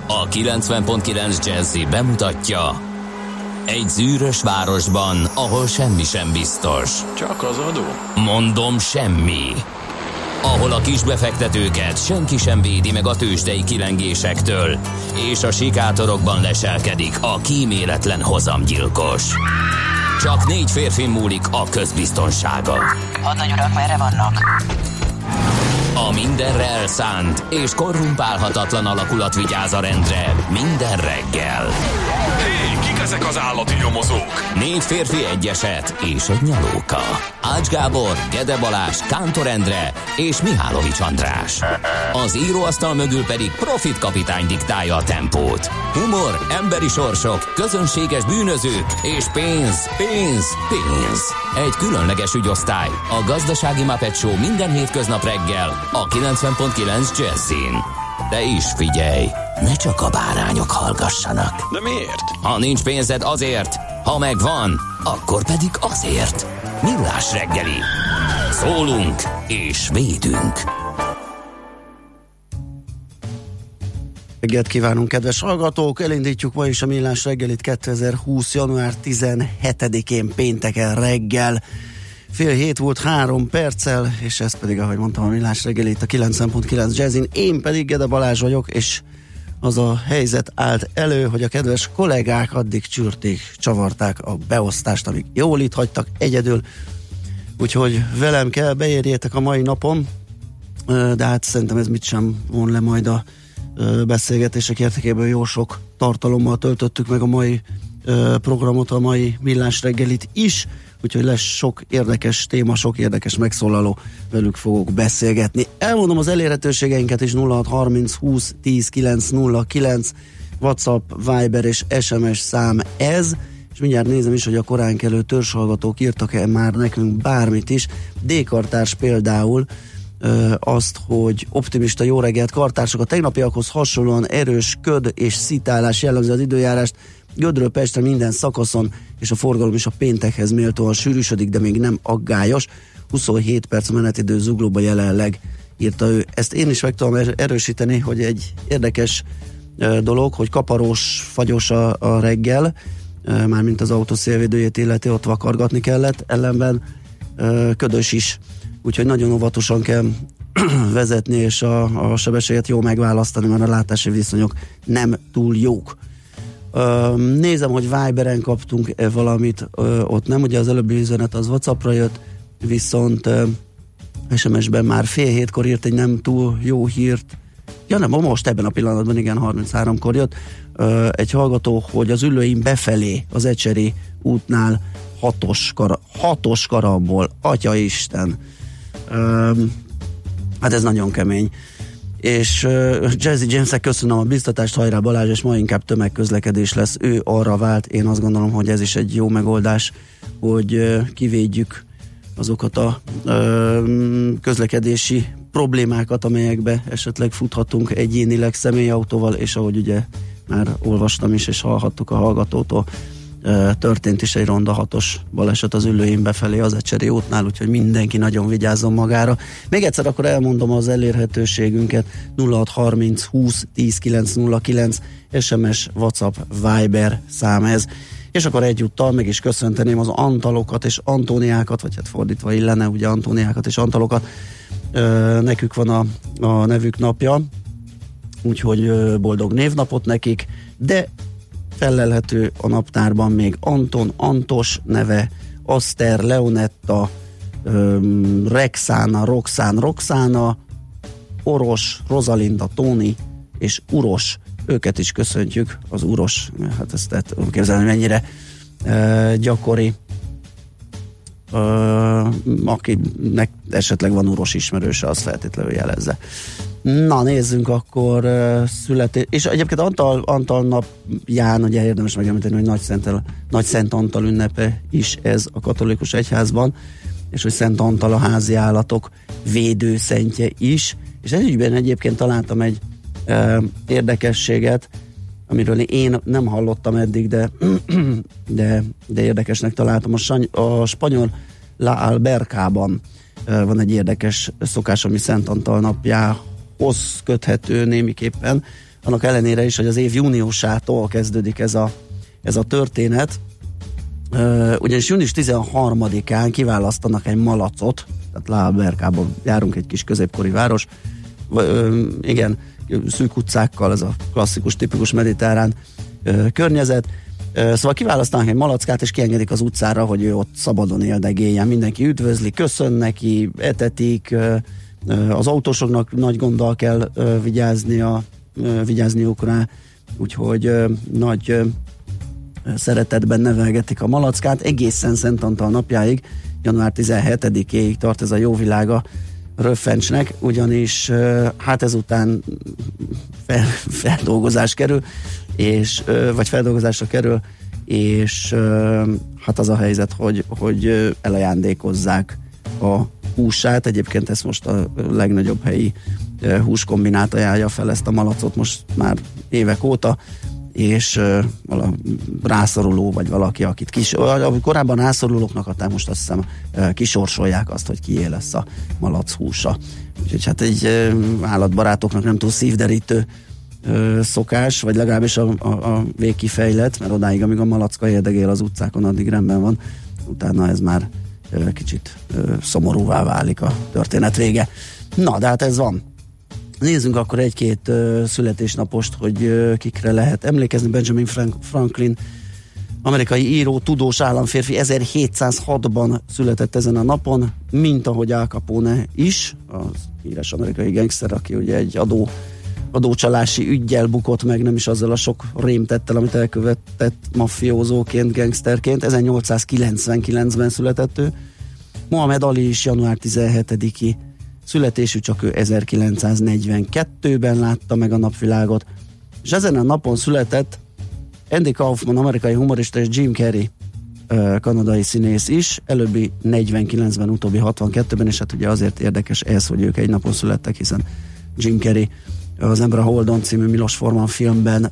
A 90.9 Jazzy bemutatja: egy zűrös városban, ahol semmi sem biztos. Csak az adó? Mondom, semmi. Ahol a kisbefektetőket senki sem védi meg a tőzsdei kilengésektől, és a sikátorokban leselkedik a kíméletlen hozamgyilkos. Csak 4 férfi múlik a közbiztonsága. Hadnagy urak, merre vannak? A mindenre elszánt és korrumpálhatatlan alakulat vigyáz a rendre minden reggel. Hé, kik ezek az állati nyomozók? 4 férfi, egy eset és egy nyalóka. Ács Gábor, Gede Balázs, Kántor Endre és Mihálovics András. Az íróasztal mögül pedig Profit kapitány diktálja a tempót. Humor, emberi sorsok, közönséges bűnözők és pénz, pénz, pénz. Egy különleges ügyosztály, a Gazdasági Muppet Show minden hétköznap reggel a 90.9 Jazzyn. De is figyelj, ne csak a bárányok hallgassanak. De miért? Ha nincs pénzed, azért, ha megvan, akkor pedig azért. Millás reggeli. Szólunk és védünk. Reggelt kívánunk, kedves hallgatók! Elindítjuk ma is a Millás reggelit 2020. január 17-én pénteken reggel. 6:30 volt 3 perccel, és ez pedig, ahogy mondtam, a Millás reggelit a 90.9 Jazzyn. Én pedig Gede Balázs vagyok, és az a helyzet állt elő, hogy a kedves kollégák addig csürték, csavarták a beosztást, amíg jól itt hagytak egyedül. Úgyhogy velem kell, beérjétek a mai napon, de hát szerintem ez mit sem von le majd a beszélgetések értékében. Jó sok tartalommal töltöttük meg a mai programot, a mai Millás reggelit is, úgyhogy lesz sok érdekes téma, sok érdekes megszólaló, velük fogok beszélgetni. Elmondom az elérhetőségeinket is: 0630 20 10 909 WhatsApp, Viber és SMS szám ez, és mindjárt nézem is, hogy a koránkelő törzshallgatók írtak-e már nekünk bármit is. D-kartárs például azt, hogy optimista jó reggelt kartársak, a tegnapiakhoz hasonlóan erős köd és szitálás jellemzi az időjárást, Gödről Pestre minden szakaszon, és a forgalom is a péntekhez méltóan sűrűsödik, de még nem aggályos. 27 perc menetidő Zuglóba jelenleg, írta ő. Ezt én is meg tudom erősíteni, hogy egy érdekes dolog, hogy kaparós, fagyos a reggel, mármint az autó szélvédőjét illeti, ott vakargatni kellett, ellenben ködös is. Úgyhogy nagyon óvatosan kell vezetni, és a sebességet jól megválasztani, mert a látási viszonyok nem túl jók. Nézem, hogy Viberen kaptunk-e valamit, ott nem, ugye az előbbi üzenet az WhatsAppra jött, viszont SMS-ben már 6:30 írt egy nem túl jó hírt. Ja nem, most ebben a pillanatban, igen, 33-kor jött egy hallgató, hogy az Üllőin befelé az Ecseri útnál 6-os karambol, atyaisten. Hát ez nagyon kemény. És Jazzy Jamesnek köszönöm a biztatást, hajrá Balázs, és ma inkább tömegközlekedés lesz. Ő arra vált, én azt gondolom, hogy ez is egy jó megoldás, hogy kivédjük azokat a közlekedési problémákat, amelyekbe esetleg futhatunk egyénileg személyautóval, és ahogy ugye már olvastam is, és hallhattuk a hallgatótól, történt is egy ronda 6-os baleset az Üllőin befelé az Ecseri útnál, úgyhogy mindenki nagyon vigyázzon magára. Még egyszer akkor elmondom az elérhetőségünket: 0630 20 10 909 SMS, WhatsApp, Viber szám ez. És akkor egyúttal meg is köszönteném az Antalokat és Antóniákat, vagy hát fordítva illene, ugye Antóniákat és Antalokat. Nekük van a nevük napja, úgyhogy boldog névnapot nekik, de fellelhető a naptárban még Anton, Antos neve, Aszter, Leonetta, Rexána, Roxána, Oros, Rosalinda, Tóni és Uros. Őket is köszöntjük. Az Uros, hát ezt lehet képzelni, mennyire gyakori. Akinek esetleg van Uros ismerőse, az feltétlenül jelezze. Na, nézzünk akkor születés. És egyébként Antal napján ugye érdemes megemlíteni, hogy Nagy Szent Antal ünnepe is ez a katolikus egyházban, és hogy Szent Antal a házi állatok védőszentje is. És ez ügyben egyébként találtam egy érdekességet, amiről én nem hallottam eddig, de érdekesnek találtam. A spanyol La Albercában van egy érdekes szokás, ami Szent Antal napjához köthető némiképpen. annak ellenére is, hogy az év júniusától kezdődik ez a történet, ugyanis június 13-án kiválasztanak egy malacot, tehát Láberkában járunk, egy kis középkori város, igen, szűk utcákkal, ez a klasszikus, tipikus mediterrán környezet. Szóval kiválasztanak egy malackát, és kiengedik az utcára, hogy ő ott szabadon éldegéljen. Mindenki üdvözli, köszön neki, etetik, az autósoknak nagy gonddal kell vigyázniuk rá, úgyhogy nagy szeretetben nevelgetik a malackát. Egészen Szent Antal napjáig, január 17-éig tart ez a jó világa röffencsnek, ugyanis hát ezután feldolgozás kerül, vagy feldolgozásra kerül, és hát az a helyzet, hogy elajándékozzák a húsát. Egyébként ezt most a legnagyobb helyi húskombinát ajánlja fel ezt a malacot most már évek óta, és rászoruló, vagy valaki, akit korábban rászorulóknak adták, most azt hiszem kisorsolják azt, hogy kié lesz a malac húsa. Úgyhogy hát egy állatbarátoknak nem túl szívderítő szokás, vagy legalábbis a végkifejlet, mert odáig, amíg a malacka érdegél az utcákon, addig rendben van, utána ez már kicsit szomorúvá válik a történet vége. Na, de hát ez van. Nézzünk akkor egy-két születésnapost, hogy kikre lehet emlékezni. Benjamin Franklin, amerikai író, tudós államférfi 1706-ban született ezen a napon, mint ahogy Al Capone is, az híres amerikai gangster, aki ugye egy adócsalási üggyel bukott meg, nem is azzal a sok rémtettel, amit elkövetett maffiózóként, gangsterként. 1899-ben született ő. Muhammad Ali is január 17-i születésű, csak ő 1942-ben látta meg a napvilágot, és ezen a napon született Andy Kaufman, amerikai humorista, és Jim Carrey, kanadai színész is, előbbi 49-ben, utóbbi 62-ben, és hát ugye azért érdekes ez, hogy ők egy napon születtek, hiszen Jim Carrey az Ember a Holdon című Milos Forman filmben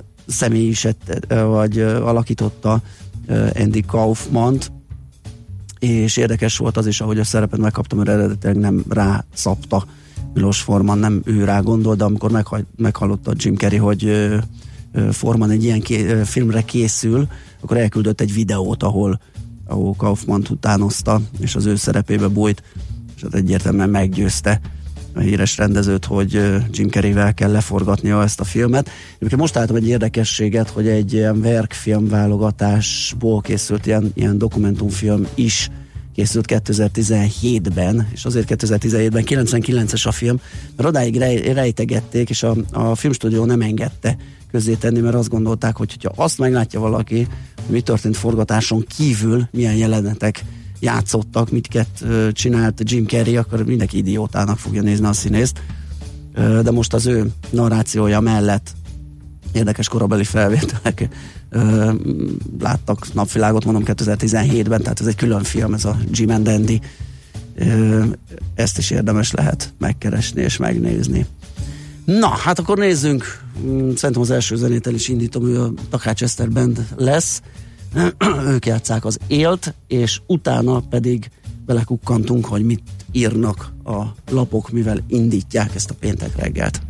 vagy alakította Andy Kaufmant, és érdekes volt az is, ahogy a szerepet megkaptam, mert eredetileg nem rászapta Milos Forman, nem ő rá gondolt, de amikor meghallotta Jim Carrey, hogy Forman egy ilyen filmre készül, akkor elküldött egy videót, ahol Kaufmant utánozta, és az ő szerepébe bújt, és hát egyértelműen meggyőzte a híres rendezőt, hogy Jim Carreyvel kell leforgatnia ezt a filmet. Most láttam egy érdekességet, hogy egy ilyen verkfilm válogatásból készült ilyen dokumentumfilm is készült 2017-ben, és azért 2017-ben 99-es a film, mert odáig rejtegették, és a filmstúdió nem engedte közzétenni, mert azt gondolták, hogy ha azt meglátja valaki, hogy mi történt forgatáson kívül, milyen jelenetek játszottak, mitket csinált Jim Carrey, akkor mindenki idiótának fogja nézni a színészt. De most az ő narrációja mellett érdekes korabeli felvételek láttak napvilágot, mondom 2017-ben, tehát ez egy külön film, ez a Jim and Andy. Ezt is érdemes lehet megkeresni és megnézni. Na, hát akkor nézzünk. Szerintem az első zenét el is indítom, ő a Takács Eszter Band lesz. Ők játsszák az Élt, és utána pedig belekukkantunk, hogy mit írnak a lapok, mivel indítják ezt a péntek reggelt.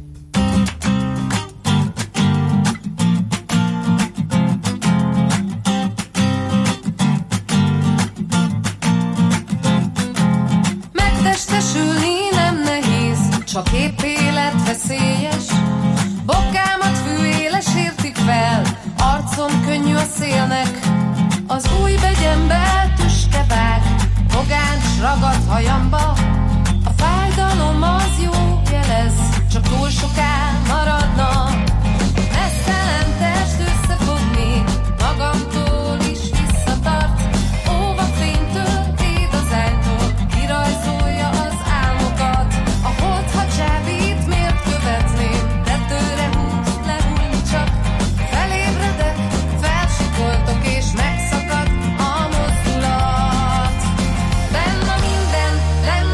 Megtestesülni nem nehéz, csak épp életveszélyes. Bokámat fűéles értik fel, arcom könnyű a szélnek. Az új begyembe tüskevág, fogáncs ragad hajamba. A fájdalom az jó jelez, csak túl soká maradna. Mesztelen test összefogni, magamtól is visszatart. Óva fénytől, véd az ánytól, kirajzolja az álmokat. A hold, ha csábít, miért követném? Tetőre húz, lehúny csak. Felébredek, felsikoltok és megszakad a mozdulat. Benn a minden, lenn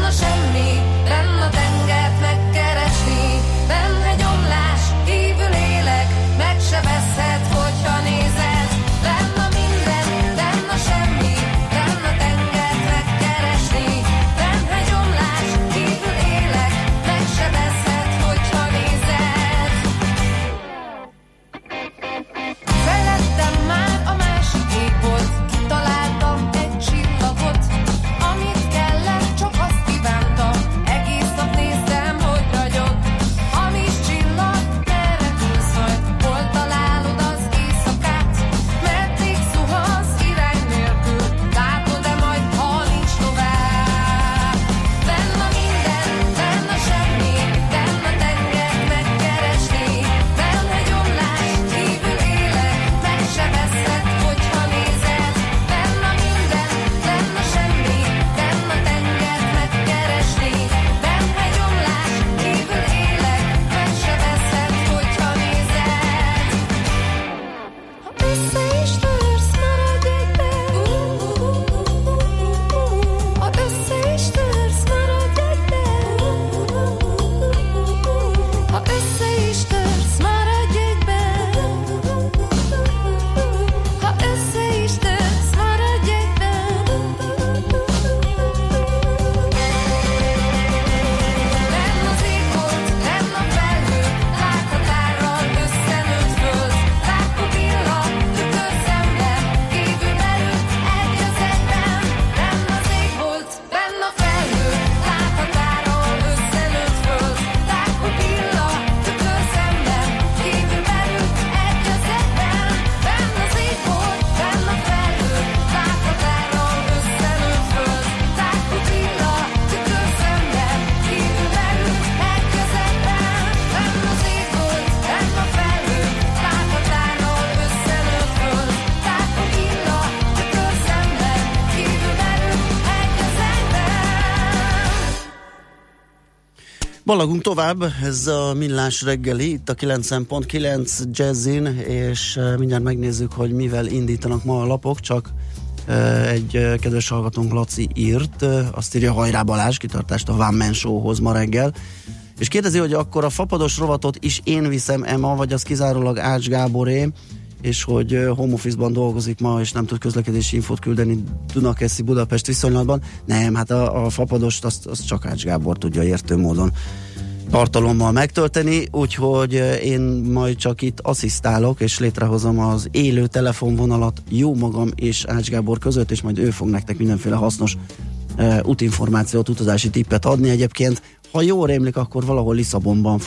Ballagunk tovább, ez a Millás reggeli, itt a 90.9 Jazzin, és mindjárt megnézzük, hogy mivel indítanak ma a lapok, csak egy kedves hallgatónk Laci írt, azt írja, hajrá Balázs, kitartást a One Man Showhoz ma reggel, és kérdezi, hogy akkor a fapados rovatot is én viszem-e ma, vagy az kizárólag Ács Gáboré, és hogy home office-ban dolgozik ma, és nem tud közlekedési infót küldeni Dunakeszi Budapest viszonylatban. Nem, hát a fapadost azt csak Ács Gábor tudja értő módon tartalommal megtölteni, úgyhogy én majd csak itt asszisztálok, és létrehozom az élő telefonvonalat jó magam és Ács Gábor között, és majd ő fog nektek mindenféle hasznos útinformációt, utazási tippet adni. Egyébként, ha jól rémlik, akkor valahol Lisszabonban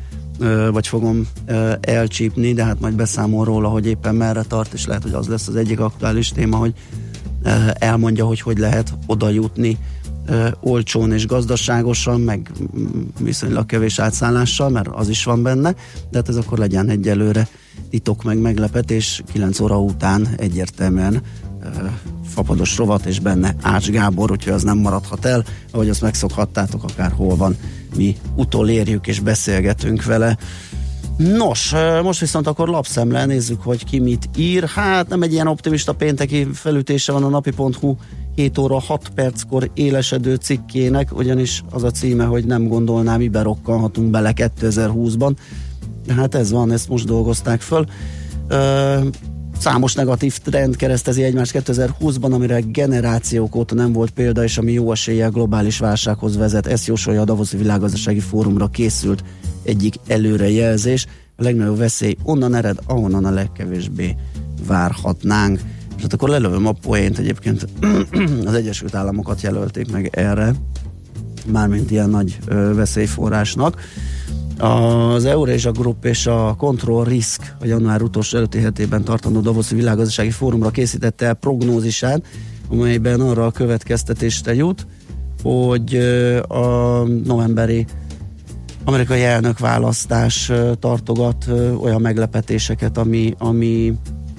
fogom elcsípni, de hát majd beszámol róla, hogy éppen merre tart, és lehet, hogy az lesz az egyik aktuális téma, hogy elmondja, hogy lehet oda jutni olcsón és gazdaságosan, meg viszonylag kevés átszállással, mert az is van benne, de hát ez akkor legyen egyelőre titok meg meglepetés, 9 óra után egyértelműen fapados rovat, és benne Ács Gábor, úgyhogy az nem maradhat el, ahogy azt megszokhattátok, akárhol van, mi utolérjük és beszélgetünk vele. Nos, most viszont akkor lapszemle, nézzük, hogy ki mit ír. Hát nem egy ilyen optimista pénteki felütése van a napi.hu 7 óra 6 perckor élesedő cikkének, ugyanis az a címe, hogy nem gondolnám, miben rokkanhatunk bele 2020-ban. Hát ez van, ezt most dolgozták föl. Számos negatív trend keresztezi egymást 2020-ban, amire generációk óta nem volt példa, és ami jó eséllyel globális válsághoz vezet. Ezt jósolja a Davoszi Világgazdasági Fórumra készült egyik előrejelzés. A legnagyobb veszély onnan ered, ahonnan a legkevésbé várhatnánk. És hát akkor lelövöm a poént, egyébként az Egyesült Államokat jelölték meg erre, mármint ilyen nagy veszélyforrásnak. Az Eurasia Group és a Control Risk a január utolsó előtti hetében tartandó Davoszi Világgazdasági Fórumra készítette el prognózisát, amelyben arra a következtetésre jut, hogy a novemberi amerikai elnökválasztás tartogat olyan meglepetéseket, ami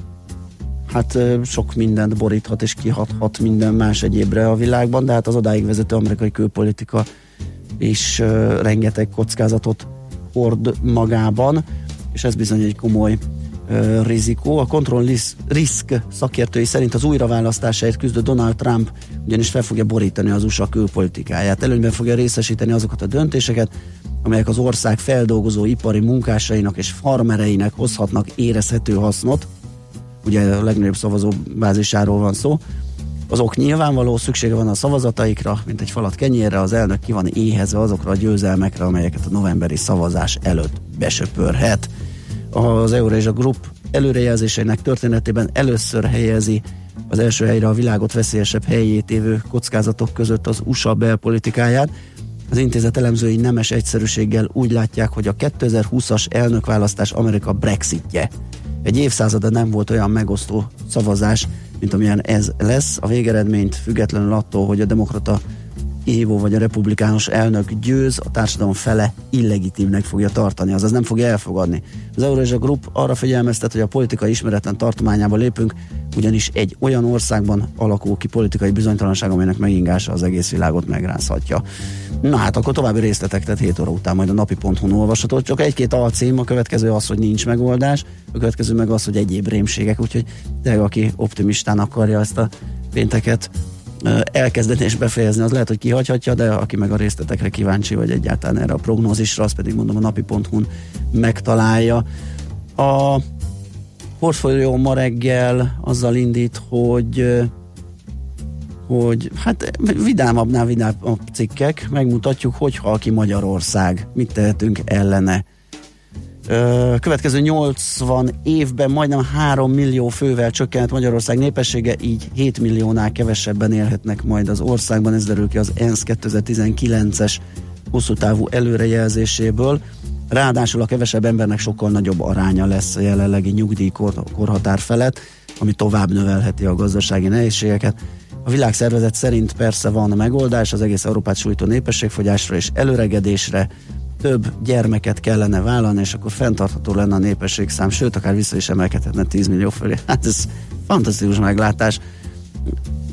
hát sok mindent boríthat és kihathat minden más egyébre a világban, de hát az odáig vezető amerikai külpolitika is rengeteg kockázatot hord magában, és ez bizony egy komoly rizikó. A Control Risk szakértői szerint az újraválasztásáért küzdő Donald Trump ugyanis fel fogja borítani az USA külpolitikáját. Előnyben fogja részesíteni azokat a döntéseket, amelyek az ország feldolgozó ipari munkásainak és farmereinek hozhatnak érezhető hasznot. Ugye a legnagyobb szavazóbázisáról van szó. Az ok nyilvánvaló, szüksége van a szavazataikra, mint egy falat kenyérre, az elnök ki van éhezve azokra a győzelmekre, amelyeket a novemberi szavazás előtt besöpörhet. Az Eurasia Group előrejelzéseinek történetében először helyezi az első helyre a világot veszélyesebb helyét évő kockázatok között az USA belpolitikáját. Az intézet elemzői nemes egyszerűséggel úgy látják, hogy a 2020-as elnökválasztás Amerika Brexitje. Egy évszázada nem volt olyan megosztó szavazás, mint amilyen ez lesz. A végeredményt függetlenül attól, hogy a demokrata kihívó vagy a republikánus elnök győz, a társadalom fele illegitimnek fogja tartani, azaz nem fogja elfogadni. Az Eurasia Group arra figyelmeztet, hogy a politika ismeretlen tartományába lépünk, ugyanis egy olyan országban alakul ki politikai bizonytalanság, amelynek megingása az egész világot megrázhatja. Na hát akkor további részletek, tehát 7 óra után majd a napi.hu-n olvasható. Csak egy-két alcím, a következő az, hogy nincs megoldás, a következő meg az, hogy egyéb rémségek, úgyhogy tényleg aki optimistán akarja ezt a pénteket elkezdeni és befejezni, az lehet, hogy kihagyhatja, de aki meg a részletekre kíváncsi, vagy egyáltalán erre a prognózisra, azt pedig mondom a napi.hu-n megtalálja. A portfólió ma reggel azzal indít, hogy hát vidámabbnál vidámabb cikkek, megmutatjuk, hogy hal ki Magyarország, mit tehetünk ellene. Következő 80 évben majdnem 3 millió fővel csökkent Magyarország népessége, így 7 milliónál kevesebben élhetnek majd az országban, ez derül ki az ENSZ 2019-es hosszú távú előrejelzéséből. Ráadásul a kevesebb embernek sokkal nagyobb aránya lesz a jelenlegi nyugdíjkorhatár felett, ami tovább növelheti a gazdasági nehézségeket. A világszervezet szerint persze van megoldás az egész Európát sújtó népességfogyásra és előregedésre, több gyermeket kellene vállalni, és akkor fenntartható lenne a népességszám, sőt, akár vissza is emelkedhetne 10 millió fölé. Hát ez fantasztikus meglátás.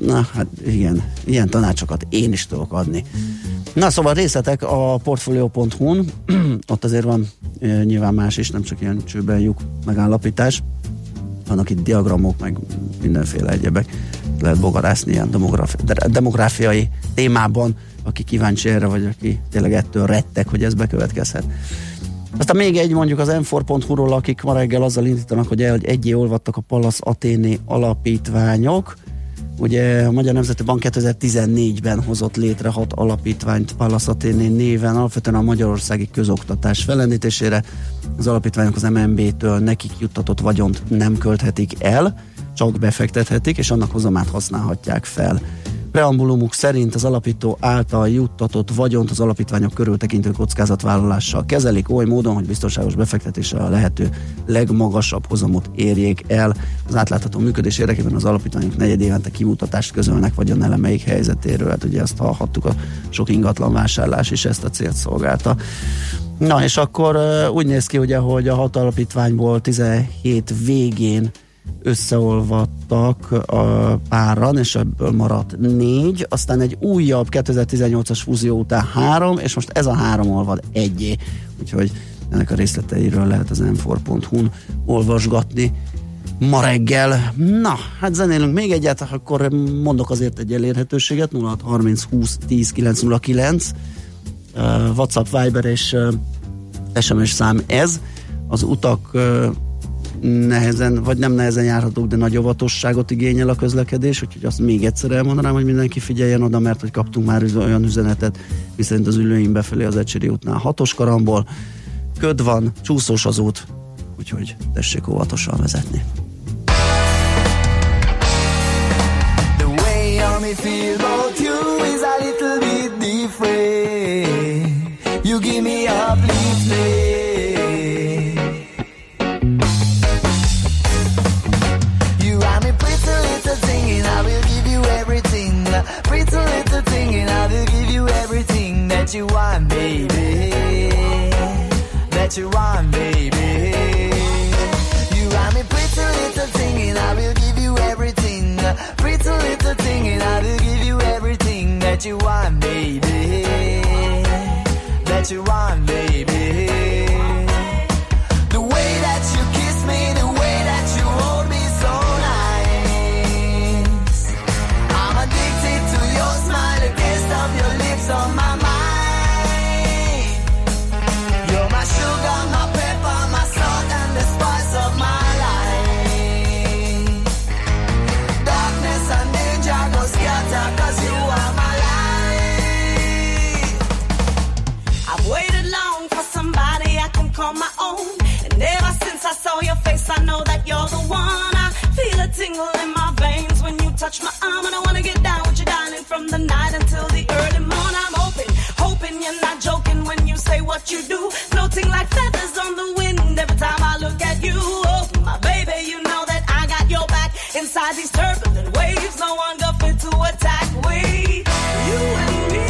Na, hát igen, ilyen tanácsokat én is tudok adni. Na, szóval részletek a portfolio.hu-n, ott azért van nyilván más is, nem csak ilyen csőben lyuk megállapítás. Vannak itt diagramok, meg mindenféle egyebek. Lehet bogarászni ilyen demográfiai témában, aki kíváncsi erre, vagy aki tényleg ettől rettek, hogy ez bekövetkezhet. Aztán még egy, mondjuk az m4.hu-ról, akik ma reggel azzal indítanak, hogy egyé olvadtak a Pallas Athéné alapítványok. Ugye a Magyar Nemzeti Bank 2014-ben hozott létre 6 alapítványt Pallas Athéné néven, alapvetően a magyarországi közoktatás fellendítésére. Az alapítványok az MNB-től nekik juttatott vagyont nem költhetik el, csak befektethetik, és annak hozamát használhatják fel. Preambulumuk szerint az alapító által juttatott vagyont az alapítványok körültekintő kockázatvállalással kezelik, oly módon, hogy biztonságos befektetéssel a lehető legmagasabb hozamot érjék el. Az átlátható működés érdekében az alapítványok negyedévente kimutatást közölnek vagyonelemeik helyzetéről. Hát ugye ezt hallhattuk, a sok ingatlan vásárlás is ezt a célt szolgálta. Na és akkor úgy néz ki, ugye, hogy a 6 alapítványból 17 végén összeolvadtak a páran, és ebből maradt 4, aztán egy újabb 2018-as fúzió után 3, és most ez a 3 olvad egyé. Úgyhogy ennek a részleteiről lehet az m4.hu-n olvasgatni ma reggel. Na, hát zenélünk még egyet, akkor mondok azért egy elérhetőséget, 0630 20 10 909, WhatsApp, Viber és SMS szám ez. Az utak nehezen, vagy nem nehezen járhatók, de nagy óvatosságot igényel a közlekedés, úgyhogy azt még egyszer elmondanám, hogy mindenki figyeljen oda, mert hogy kaptunk már olyan üzenetet, miszerint az Üllőin befelé az Ecseri útnál 6-os karamból, köd van, csúszós az út, úgyhogy tessék óvatosan vezetni. The way I feel about you is a little bit different. You give me uplifting. I will give you everything, pretty little thing, and I will give you everything that you want, baby, that you want, baby. You are me pretty little thing, and I will give you everything, pretty little thing, and I will give you everything that you want, baby, that you want, baby. The way that you kiss me, the way that you hold me so your lips on my mind. You're my sugar, my pepper, my salt, and the spice of my life. Darkness and danger go scatter, 'cause you are my life. I've waited long for somebody I can call my own, and ever since I saw your face, I know that you're the one. I feel a tingle in my veins when you touch my arm, and I wanna get down with you, darling, from the night until the early morning. I'm hoping you're not joking when you say what you do, floating like feathers on the wind every time I look at you. Oh, my baby, you know that I got your back inside these turbulent waves. No one got fit to attack. We, you and me.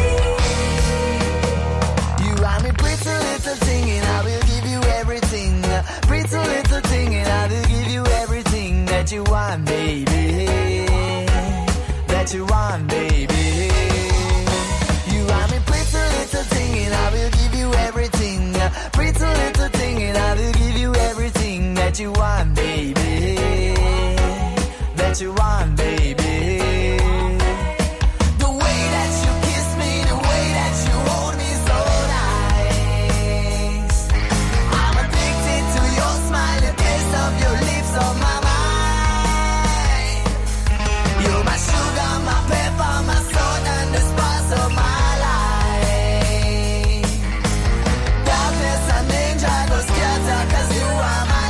You are me pretty little thing, and I will give you everything. Pretty little thing, and I will give you everything that you want, baby. That you want, baby. You are me pretty little thing, and I will give you everything. Pretty little thing, and I will give you everything that you want, baby. That you want, baby. The way that you kiss me, the way that you hold me so nice. I'm addicted to your smile, the taste of your lips on my mind. You're my sugar, my pepper, my salt, and the spice of my life. Darkness and danger go scatter, 'cause you are my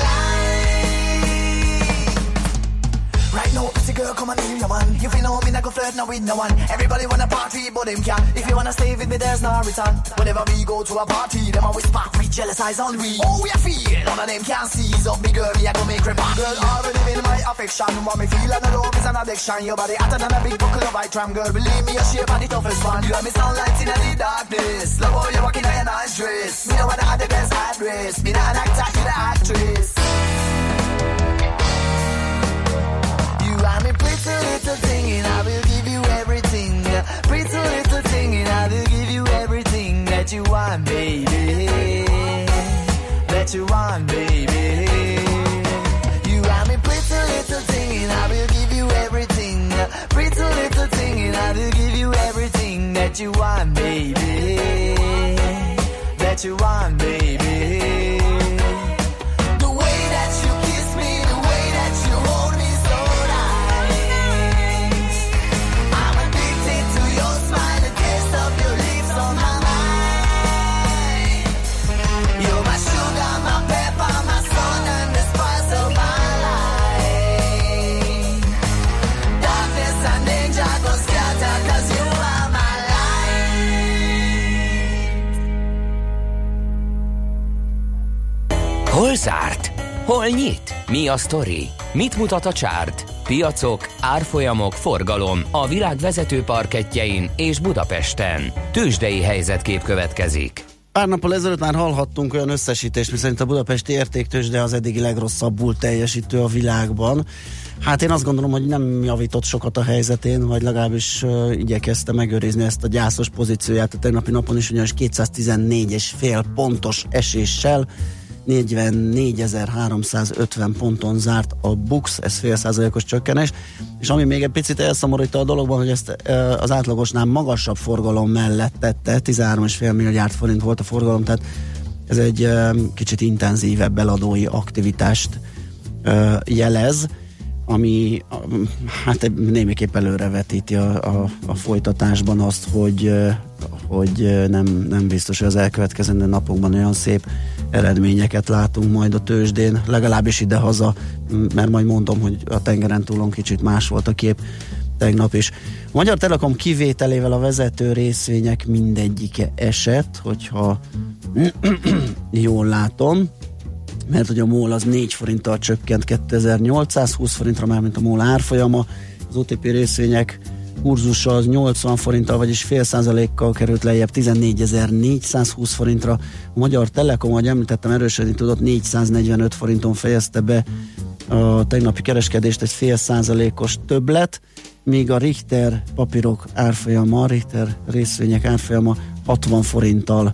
life. Right now, pretty girl, come on in, your man. You feel no me, I go flirt now with no one. Everybody wanna party, but them can't. If you wanna stay with me, there's no return. Whenever we go to a party, them always spark with jealous eyes on me. Oh, we feel none of them can seize up me, girl. Me, I go make report. Girl, already in my affection. What me feel and I love is an addiction. Your body hotter than a big buckle of white tram, girl. Believe me, your shape are the toughest one. You are me sunlight in the darkness. Love how you walking in your nice dress. Me know what I had the best address. Me not an actor, you the actress. You are me pretty little thing, and I will give that you want, baby. That you want, baby. You are me pretty little thing and I will give you everything. Pretty little thing and I will give you everything that you want, baby. That you want, baby. The way that you kiss me, the way that you hold me so nice. I'm addicted to your smile, the taste of your lips on my mind. You're my sugar, my pepper, my sun and the spice of my life. Darkness and danger go scatter 'cause you are my light. Hol zárt? Hol nyit? Mi a sztori? Mit mutat a csárt? Piacok, árfolyamok, forgalom a világ vezető parkettjein és Budapesten. Tőzsdei helyzetkép következik. Pár nappal ezelőtt már hallhattunk olyan összesítést, miszerint a budapesti értéktőzsde az eddigi legrosszabbul teljesítő a világban. Hát én azt gondolom, hogy nem javított sokat a helyzetén, vagy legalábbis igyekezte megőrizni ezt a gyászos pozícióját a tegnapi napon is, ugyanis 214,5 pontos eséssel 44.350 ponton zárt a BUX, ez fél százalékos csökkenés, és ami még egy picit elszomorító a dologban, hogy ezt az átlagosnál magasabb forgalom mellett tette, 13,5 milliárd forint volt a forgalom, tehát ez egy kicsit intenzívebb eladói aktivitást jelez, ami hát némiképp előrevetíti a folytatásban azt, hogy nem biztos, hogy az elkövetkezendő napokban olyan szép eredményeket látunk majd a tőzsdén, legalábbis idehaza, mert majd mondom, hogy a tengeren túlon kicsit más volt a kép tegnap is. A Magyar Telekom kivételével a vezető részvények mindegyike esett, hogyha jól látom, mert hogy a MOL az 4 forinttal csökkent 2820 forintra, mármint a MOL árfolyama, az OTP részvények kurzusa az 80 forinttal, vagyis fél százalékkal került lejjebb 14.420 forintra. A Magyar Telekom, ahogy említettem, erősödni tudott, 445 forinton fejezte be a tegnapi kereskedést, egy fél százalékos többlet, míg a Richter papírok árfolyama, Richter részvények árfolyama 60 forinttal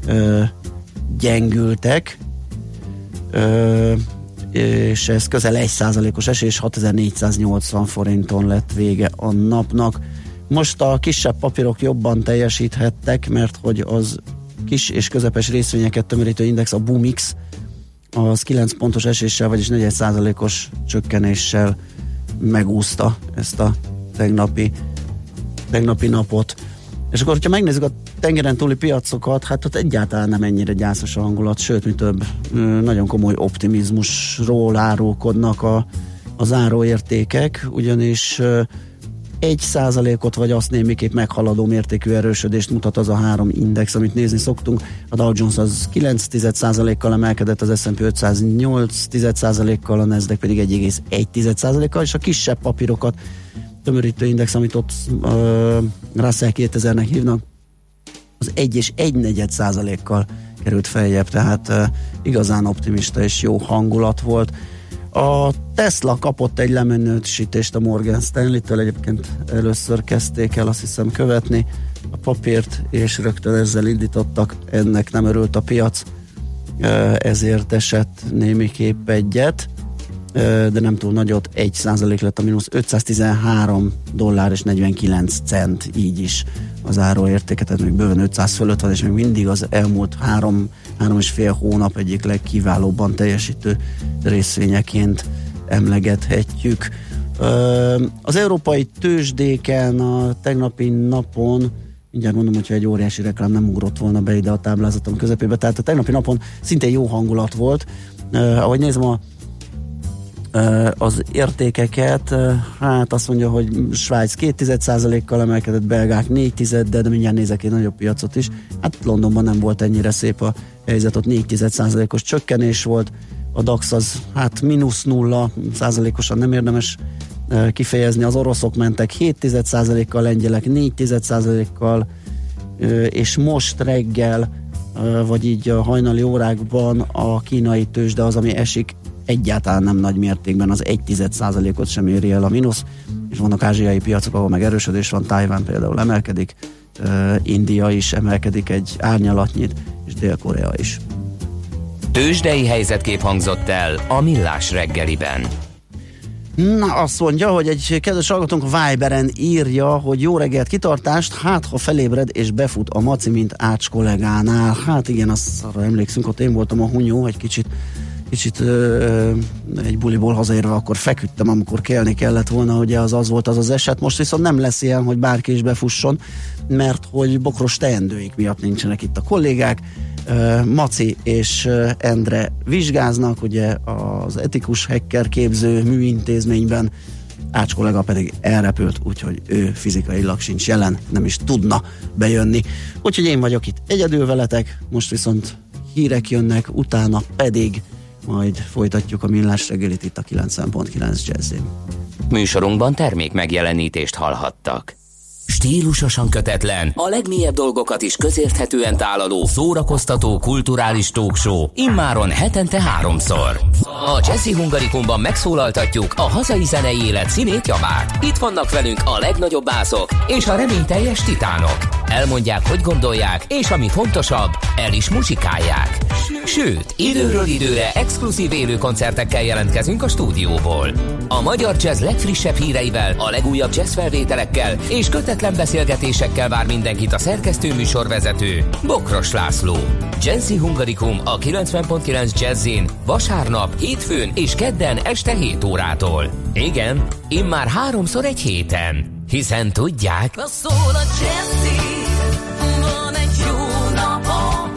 gyengültek, és ez közel 1%-os esés, 6480 forinton lett vége a napnak. Most a kisebb papírok jobban teljesíthettek, mert hogy az kis és közepes részvényeket tömörítő index, a Bumix, az 9 pontos eséssel, vagyis 4%-os csökkenéssel megúszta ezt a tegnapi napot. És akkor, hogyha megnézzük a tengeren túli piacokat, hát ott egyáltalán nem ennyire gyászos a hangulat, sőt, mi több, nagyon komoly optimizmusról árulkodnak a záróértékek, ugyanis 1%-ot vagy azt némiképp meghaladó mértékű erősödést mutat az a 3 index, amit nézni szoktunk. A Dow Jones az 9%-kal emelkedett, az S&P 500 8%-kal, a Nasdaq pedig 1,1%-kal, és a kisebb papírokat tömörítő index, amit ott Russell 2000-nek hívnak, az 1,1%-kal került feljebb, tehát igazán optimista és jó hangulat volt. A Tesla kapott egy leminősítést a Morgan Stanley-től, egyébként először kezdték el, azt hiszem, követni a papírt, és rögtön ezzel indítottak, ennek nem örült a piac, ezért esett némiképp egyet, de nem túl nagyot, 1% lett a mínusz, $513.49, így is az áróértéke, tehát még bőven 500 fölött van, és még mindig az elmúlt 3,5 hónap egyik legkiválóbban teljesítő részvényeként emlegethetjük. Az európai tőzsdéken a tegnapi napon, mindjárt mondom, hogyha egy óriási reklám nem ugrott volna be ide a táblázatom közepébe, tehát a tegnapi napon szintén jó hangulat volt. Ahogy nézem az értékeket, hát azt mondja, hogy Svájc 2,1%-kal emelkedett, belgák 4,1%, de mindjárt nézek egy nagyobb piacot is. Hát Londonban nem volt ennyire szép a helyzet, ott 4,1%-os csökkenés volt, a DAX az hát mínusz 0%-osan nem érdemes kifejezni, az oroszok mentek 7,1%-kal, lengyelek 4,1%-kal, és most reggel, vagy így a hajnali órákban a kínai tőzsde az, ami esik, egyáltalán nem nagy mértékben, az 1,1%-ot sem éri el a mínusz, és vannak ázsiai piacok, ahol meg erősödés van, Tajván például emelkedik, India is emelkedik egy árnyalatnyit, és Dél-Korea is. Tőzsdei helyzetkép hangzott el a Millás reggeliben. Na, azt mondja, hogy egy kedves hallgatónk Viberen írja, hogy jó reggelt, kitartást, hát ha felébred és befut a maci, mint Ács kollégánál. Hát igen, arra emlékszünk, ott én voltam a hunyó, egy kicsit egy buliból hazaérve akkor feküdtem, amikor kelni kellett volna, ugye az volt az eset. Most viszont nem lesz ilyen, hogy bárki is befusson, mert hogy bokros teendőik miatt nincsenek itt a kollégák. Maci és Endre vizsgáznak, ugye az etikus hacker képző műintézményben, Ács kollega pedig elrepült, úgyhogy ő fizikailag sincs jelen, nem is tudna bejönni. Úgyhogy én vagyok itt egyedül veletek, most viszont hírek jönnek, utána pedig majd folytatjuk a Millás reggelit itt a 90.9 Jazzin. Műsorunkban termék megjelenítést hallhattak. Stílusosan kötetlen, a legmélyebb dolgokat is közérthetően tálaló, szórakoztató, kulturális talkshow, immáron hetente 3-szor. A Jazzy Hungarikumban megszólaltatjuk a hazai zenei élet színét, javát. Itt vannak velünk a legnagyobb bászok és a reményteljes titánok. Elmondják, hogy gondolják, és ami fontosabb, el is muzsikálják. Sőt, időről időre exkluzív élő koncertekkel jelentkezünk a stúdióból. A magyar jazz legfrissebb híreivel, a legújabb jazz felvételekkel és kötetlen beszélgetésekkel vár mindenkit a szerkesztő műsorvezető, Bokros László. Jazzy Hungarikum a 90.9 Jazzin vasárnap, hétfőn és kedden este 7 órától. Igen, immár 3-szor egy héten. Hiszen tudják... Szól a Jazzy, van egy jó napom.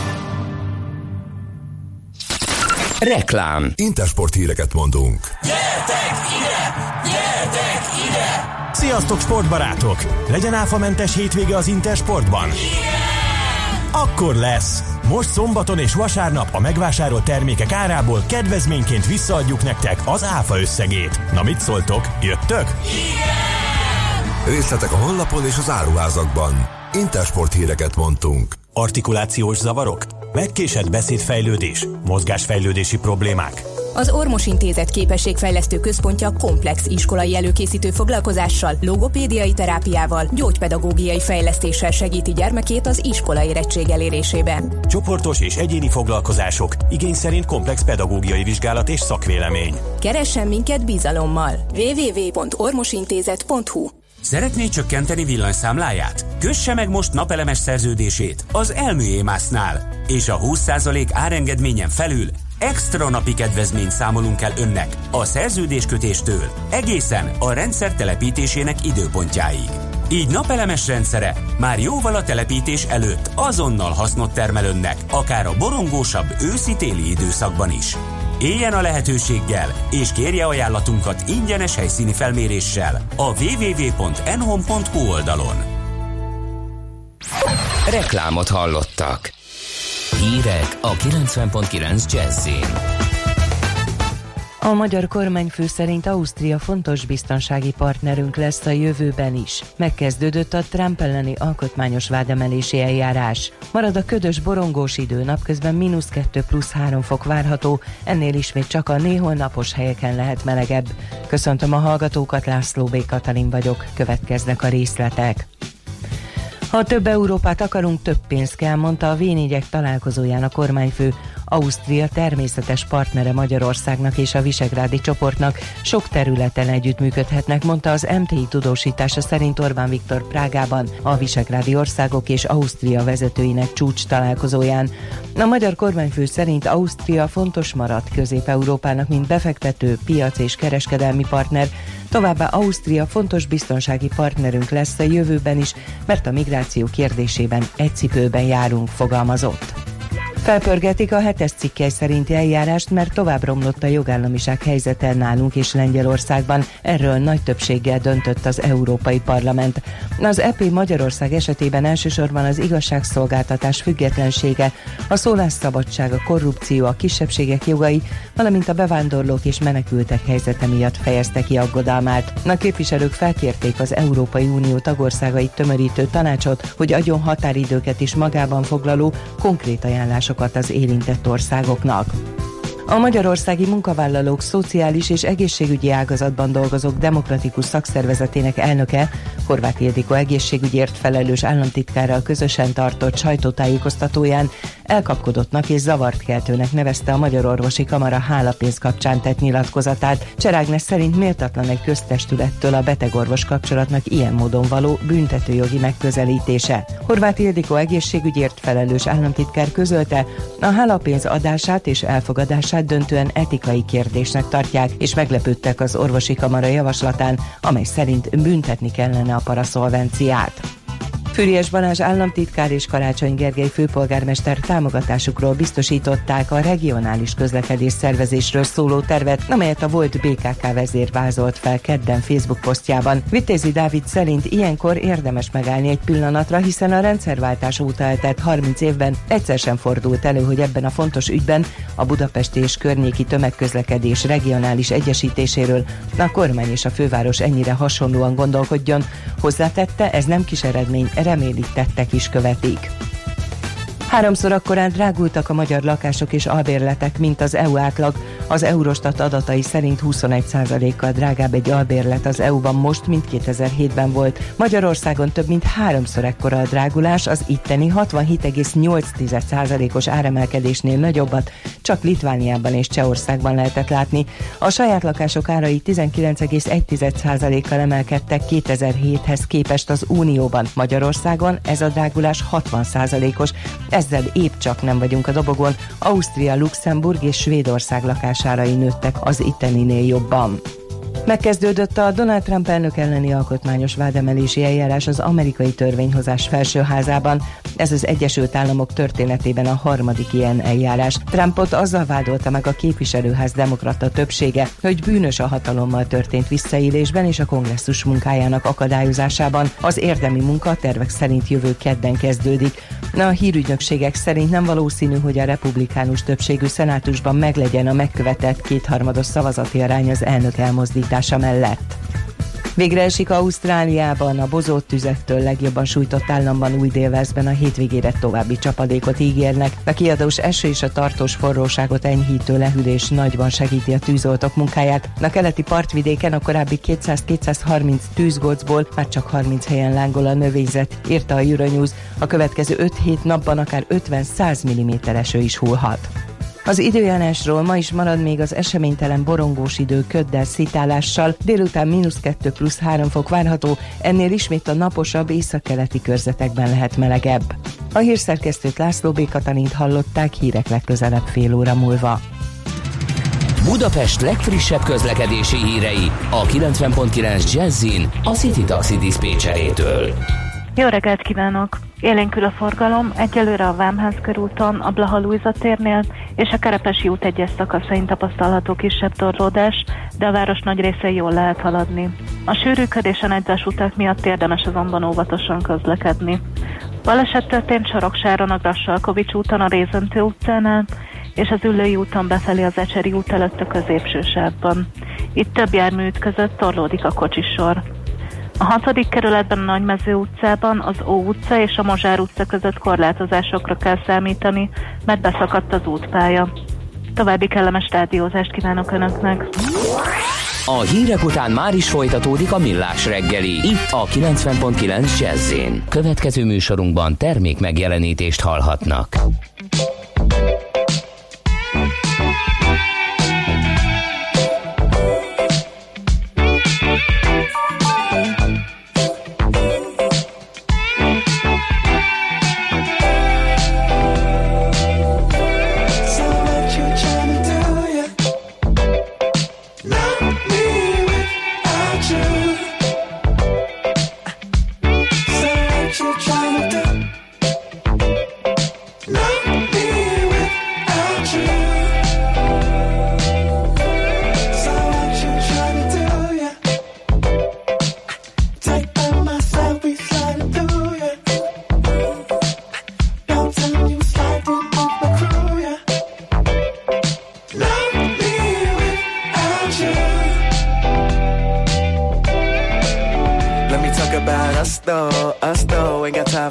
Reklám. Intersport híreket mondunk. Gyertek ide! Gyertek ide! Sziasztok, sportbarátok! Legyen áfamentes hétvége az Intersportban? Yeah! Akkor lesz! Most szombaton és vasárnap a megvásárolt termékek árából kedvezményként visszaadjuk nektek az áfa összegét. Na mit szóltok? Jöttök? Igen! Részletek a honlapon és az áruházakban. Intersport híreket mondtunk. Artikulációs zavarok? Megkésett beszédfejlődés? Mozgásfejlődési problémák? Az Ormos Intézet képességfejlesztő központja komplex iskolai előkészítő foglalkozással, logopédiai terápiával, gyógypedagógiai fejlesztéssel segíti gyermekét az iskola érettség elérésében. Csoportos és egyéni foglalkozások, igény szerint komplex pedagógiai vizsgálat és szakvélemény. Keressen minket bizalommal. www.ormosintézet.hu. Szeretné csökkenteni villanyszámláját? Kösse meg most napelemes szerződését az Elmű-Émásznál, és a 20% árengedményen felül extra napi kedvezményt számolunk el önnek a szerződéskötéstől egészen a rendszer telepítésének időpontjáig. Így napelemes rendszere már jóval a telepítés előtt azonnal hasznot termel önnek, akár a borongósabb őszi-téli időszakban is. Éljen a lehetőséggel, és kérje ajánlatunkat ingyenes helyszíni felméréssel a www.enhome.hu oldalon. Reklámot hallottak. Hírek a 90.9 Jazzin. A magyar kormányfő szerint Ausztria fontos biztonsági partnerünk lesz a jövőben is. Megkezdődött a Trump elleni alkotmányos vádemelési eljárás. Marad a ködös borongós idő, napközben -2+3 fok várható, ennél ismét csak a néhol napos helyeken lehet melegebb. Köszöntöm a hallgatókat, László B. Katalin vagyok, következnek a részletek. Ha több Európát akarunk, több pénzt kell, mondta a V4-ek találkozóján a kormányfő. Ausztria természetes partnere Magyarországnak és a Visegrádi csoportnak, sok területen együttműködhetnek, mondta az MTI tudósítása szerint Orbán Viktor Prágában, a Visegrádi országok és Ausztria vezetőinek csúcs találkozóján. A magyar kormányfő szerint Ausztria fontos maradt Közép-Európának, mint befektető, piac és kereskedelmi partner, továbbá Ausztria fontos biztonsági partnerünk lesz a jövőben is, mert a migráció kérdésében egy cipőben járunk, fogalmazott. Felpörgetik a 7-es cikkely szerinti eljárást, mert tovább romlott a jogállamiság helyzete nálunk és Lengyelországban. Erről nagy többséggel döntött az Európai Parlament. Az EP Magyarország esetében elsősorban az igazságszolgáltatás függetlensége, a szólásszabadság, a korrupció, a kisebbségek jogai, valamint a bevándorlók és menekültek helyzete miatt fejezte ki aggodalmát. A képviselők felkérték az Európai Unió tagországait tömörítő tanácsot, hogy adjon határidőket is magában foglaló konkrét ajánlásokat az érintett országoknak. A Magyarországi Munkavállalók Szociális és Egészségügyi Ágazatban dolgozók Demokratikus Szakszervezetének elnöke, Horváth Ildikó egészségügyért felelős államtitkárral közösen tartott sajtótájékoztatóján elkapkodottnak és zavart keltőnek nevezte a Magyar Orvosi Kamara hálapénz kapcsán tett nyilatkozatát. Cserágnes szerint méltatlan egy köztestülettől a betegorvos kapcsolatnak ilyen módon való büntetőjogi megközelítése. Horváth Ildikó egészségügyért felelős államtitkár közölte, a hálapénz adását és elfogadását döntően etikai kérdésnek tartják, és meglepődtek az orvosi kamara javaslatán, amely szerint büntetni kellene a paraszolvenciát. Füriyes Balázs államtitkár és Karácsony Gergely főpolgármester támogatásukról biztosították a regionális közlekedés szervezésről szóló tervet, amelyet a volt BKK vezér vázolt fel kedden Facebook posztjában. Vitézi Dávid szerint ilyenkor érdemes megállni egy pillanatra, hiszen a rendszerváltás óta eltelt 30 évben egyszer sem fordult elő, hogy ebben a fontos ügyben, a budapesti és környéki tömegközlekedés regionális egyesítéséről a kormány és a főváros ennyire hasonlóan gondolkodjon. Hozzátette, ez nem kis eredmény, remélik tettek is követik. 3-szor akkorán drágultak a magyar lakások és albérletek, mint az EU átlag. Az Eurostat adatai szerint 21%-kal drágább egy albérlet az EU-ban most, mint 2007-ben volt. Magyarországon több mint 3-szor ekkora a drágulás, az itteni 67,8%-os áremelkedésnél nagyobbat csak Litvániában és Csehországban lehetett látni. A saját lakások árai 19,1%-kal emelkedtek 2007-hez képest az Unióban. Magyarországon ez a drágulás 60%-os, ezzel épp csak nem vagyunk a dobogon. Ausztria, Luxemburg és Svédország lakásárai nőttek az itteninél jobban. Megkezdődött a Donald Trump elnök elleni alkotmányos vádemelési eljárás az amerikai törvényhozás felsőházában. Ez az Egyesült Államok történetében a harmadik ilyen eljárás. Trumpot azzal vádolta meg a képviselőház demokrata többsége, hogy bűnös a hatalommal történt visszaélésben és a kongresszus munkájának akadályozásában. Az érdemi munka a tervek szerint jövő kedden kezdődik. A hírügynökségek szerint nem valószínű, hogy a republikánus többségű szenátusban meglegyen a megkövetelt 2/3 szavazati arány az elnök elmozdítása mellett. Végre esik Ausztráliában, a bozott tüzektől legjobban sújtott államban Új-Dél-Walesben a hétvégére további csapadékot ígérnek. A kiadós eső és a tartós forróságot enyhítő lehűlés nagyban segíti a tűzoltók munkáját. A keleti partvidéken a korábbi 200-230 tűzgócból már csak 30 helyen lángol a növényzet, írta a Euronews. A következő 5-7 napban akár 50-100 mm eső is hullhat. Az időjárásról: ma is marad még az eseménytelen borongós idő köddel, szitálással, délután -2 + 3 fok várható, ennél ismét a naposabb északkeleti körzetekben lehet melegebb. A hírszerkesztőt, László B. Katalint hallották, hírek legközelebb fél óra múlva. Budapest legfrissebb közlekedési hírei a 90.9 Jazzin a City Taxi diszpécserétől. Jó reggelt kívánok! Élénkül a forgalom, egyelőre a Vámház körúton, a Blaha Lujza térnél és a Kerepesi út egyes szakaszain tapasztalható kisebb torlódás, de a város nagy részén jól lehet haladni. A sűrűködésen egyes utak miatt érdemes azonban óvatosan közlekedni. Baleset történt Soroksáron a Grassalkovics úton a Rézentő utcánál, és az Üllői úton befelé az Ecseri út előtt a középső sávban. Itt több jármű ütközött, torlódik a kocsisor. A 6. kerületben a Nagymező utcában, az Ó utca és a Mozsár utca között korlátozásokra kell számítani, mert beszakadt az útpálya. További kellemes rádiózást kívánok Önöknek! A hírek után már is folytatódik a Millás reggeli, itt a 90.9 Jazz-én. Következő műsorunkban termék megjelenítést hallhatnak.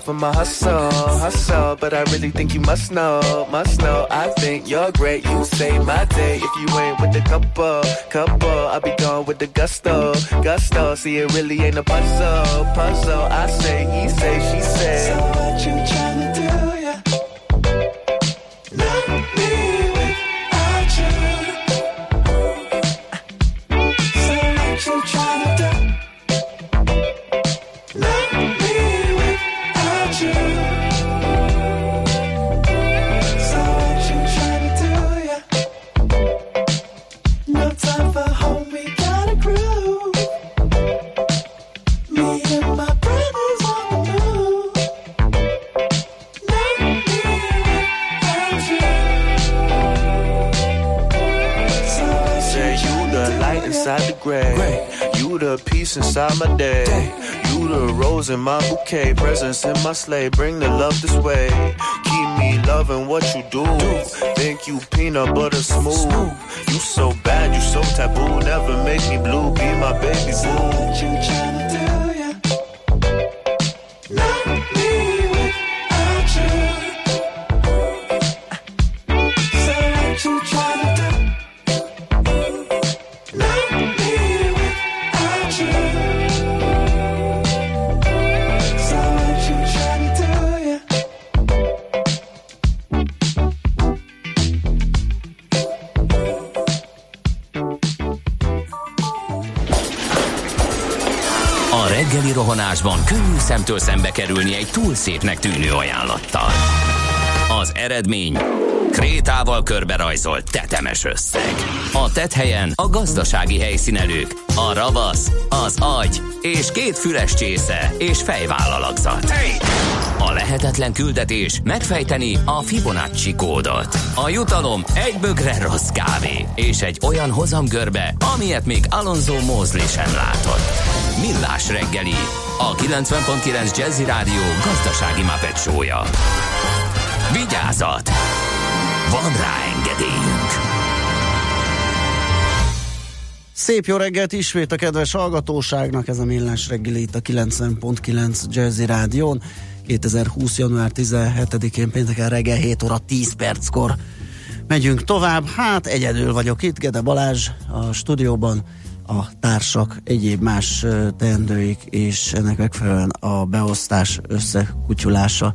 enough of my hustle, but I really think you must know. I think you're great, you save my day. If you ain't with the couple, I'll be gone with the gusto. See, it really ain't a puzzle. I say, he say, she say. So what you tryna do, yeah? Love me without you. So what you tryna do? Love me without you. So what you tryna do, yeah? No time for home, we gotta groove. Me and my brothers on the move. Love me without you. So say you the light inside the gray. You the peace inside my day. You the rose in my bouquet. Presents in my sleigh. Bring the love this way. Keep me loving what you do. Think you peanut butter smooth. You so bad, you so taboo. Never make me blue. Be my baby boo. What you tryna do, yeah? Love me without you. So what you tryna do? Love me without you. So what you tryna do, yeah? A reggeli rohanásban könnyű szemtől szembe kerülni egy túl szépnek tűnő ajánlattal. Az eredmény krétával körberajzolt tetemes összeg. A tetthelyen a gazdasági helyszínelők, a ravasz, az agy és 2 füles csésze és fejvállalakzat. A lehetetlen küldetés megfejteni a Fibonacci kódot. A jutalom egy bögre rossz kávé és egy olyan hozamgörbe, amilyet még Alonso Mosley sem látott. Millás reggeli, a 90.9 Jazzy Rádió gazdasági Muppet show-ja. Vigyázat! Van rá engedélyünk! Szép jó reggelt ismét a kedves hallgatóságnak, ez a Millás reggeli itt a 90.9 Jazzy Rádión. 2020. január 17-én pénteken reggel 7 óra 10 perckor megyünk tovább. Hát egyedül vagyok itt, Gede Balázs a stúdióban, a társak egyéb más teendőik, és ennek megfelelően a beosztás összekutyulása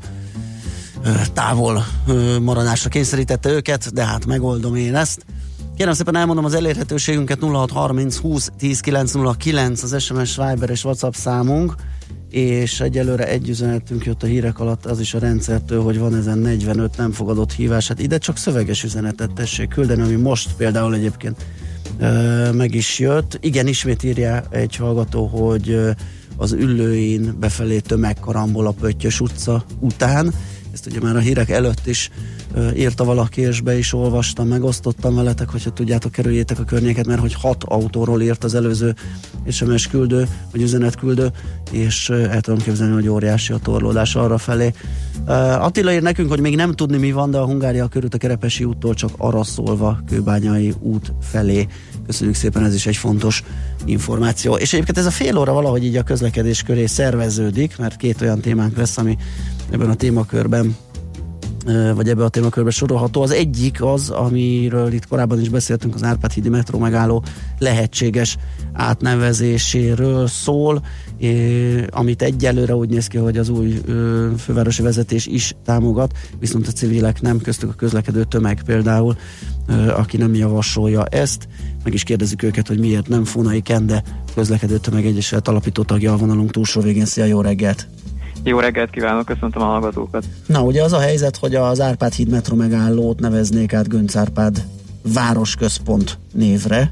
távol maradásra kényszerítette őket, de hát megoldom én ezt. Kérem szépen elmondom az elérhetőségünket: 0630 20 10 909 az SMS, Viber és WhatsApp számunk, és egyelőre egy üzenetünk jött a hírek alatt, az is a rendszertől, hogy van ezen 45 nem fogadott hívás. Hát ide csak szöveges üzenetet tessék küldeni, ami most például egyébként meg is jött. Igen, ismét írja egy hallgató, hogy az Üllőin befelé tömegkarambol a Pöttyös utca után. Ezt ugye már a hírek előtt is írta valaki, és be is olvastam, megosztottam veletek, hogyha tudjátok, kerüljétek a környéket, mert hogy 6 autóról írt az előző SMS küldő, vagy üzenetküldő, és el tudom képzelni, hogy óriási a torlódás arra felé. Attila ír nekünk, hogy még nem tudni mi van, de a Hungária körút a Kerepesi úttól csak arra szólva Kőbányai út felé. Köszönjük szépen, ez is egy fontos információ. És egyébként ez a fél óra valahogy így a közlekedés köré szerveződik, mert 2 olyan témánk lesz, ami ebben a témakörben, vagy ebben a témakörben sorolható. Az egyik az, amiről itt korábban is beszéltünk, az Árpád-hídi metró megálló lehetséges átnevezéséről szól, amit egyelőre úgy néz ki, hogy az új fővárosi vezetés is támogat, viszont a civilek nem, köztük a közlekedő tömeg például, aki nem javasolja ezt. Meg is kérdezzük őket, hogy miért nem. Fónai Kende, közlekedő tömeg egyesület alapító tagja a vonalunk túlsó végén. Szia, jó reggelt! Jó reggelt kívánok, köszöntöm a hallgatókat! Na, ugye az a helyzet, hogy az Árpád-híd metró megállót neveznék át Göncz Árpád városközpont névre,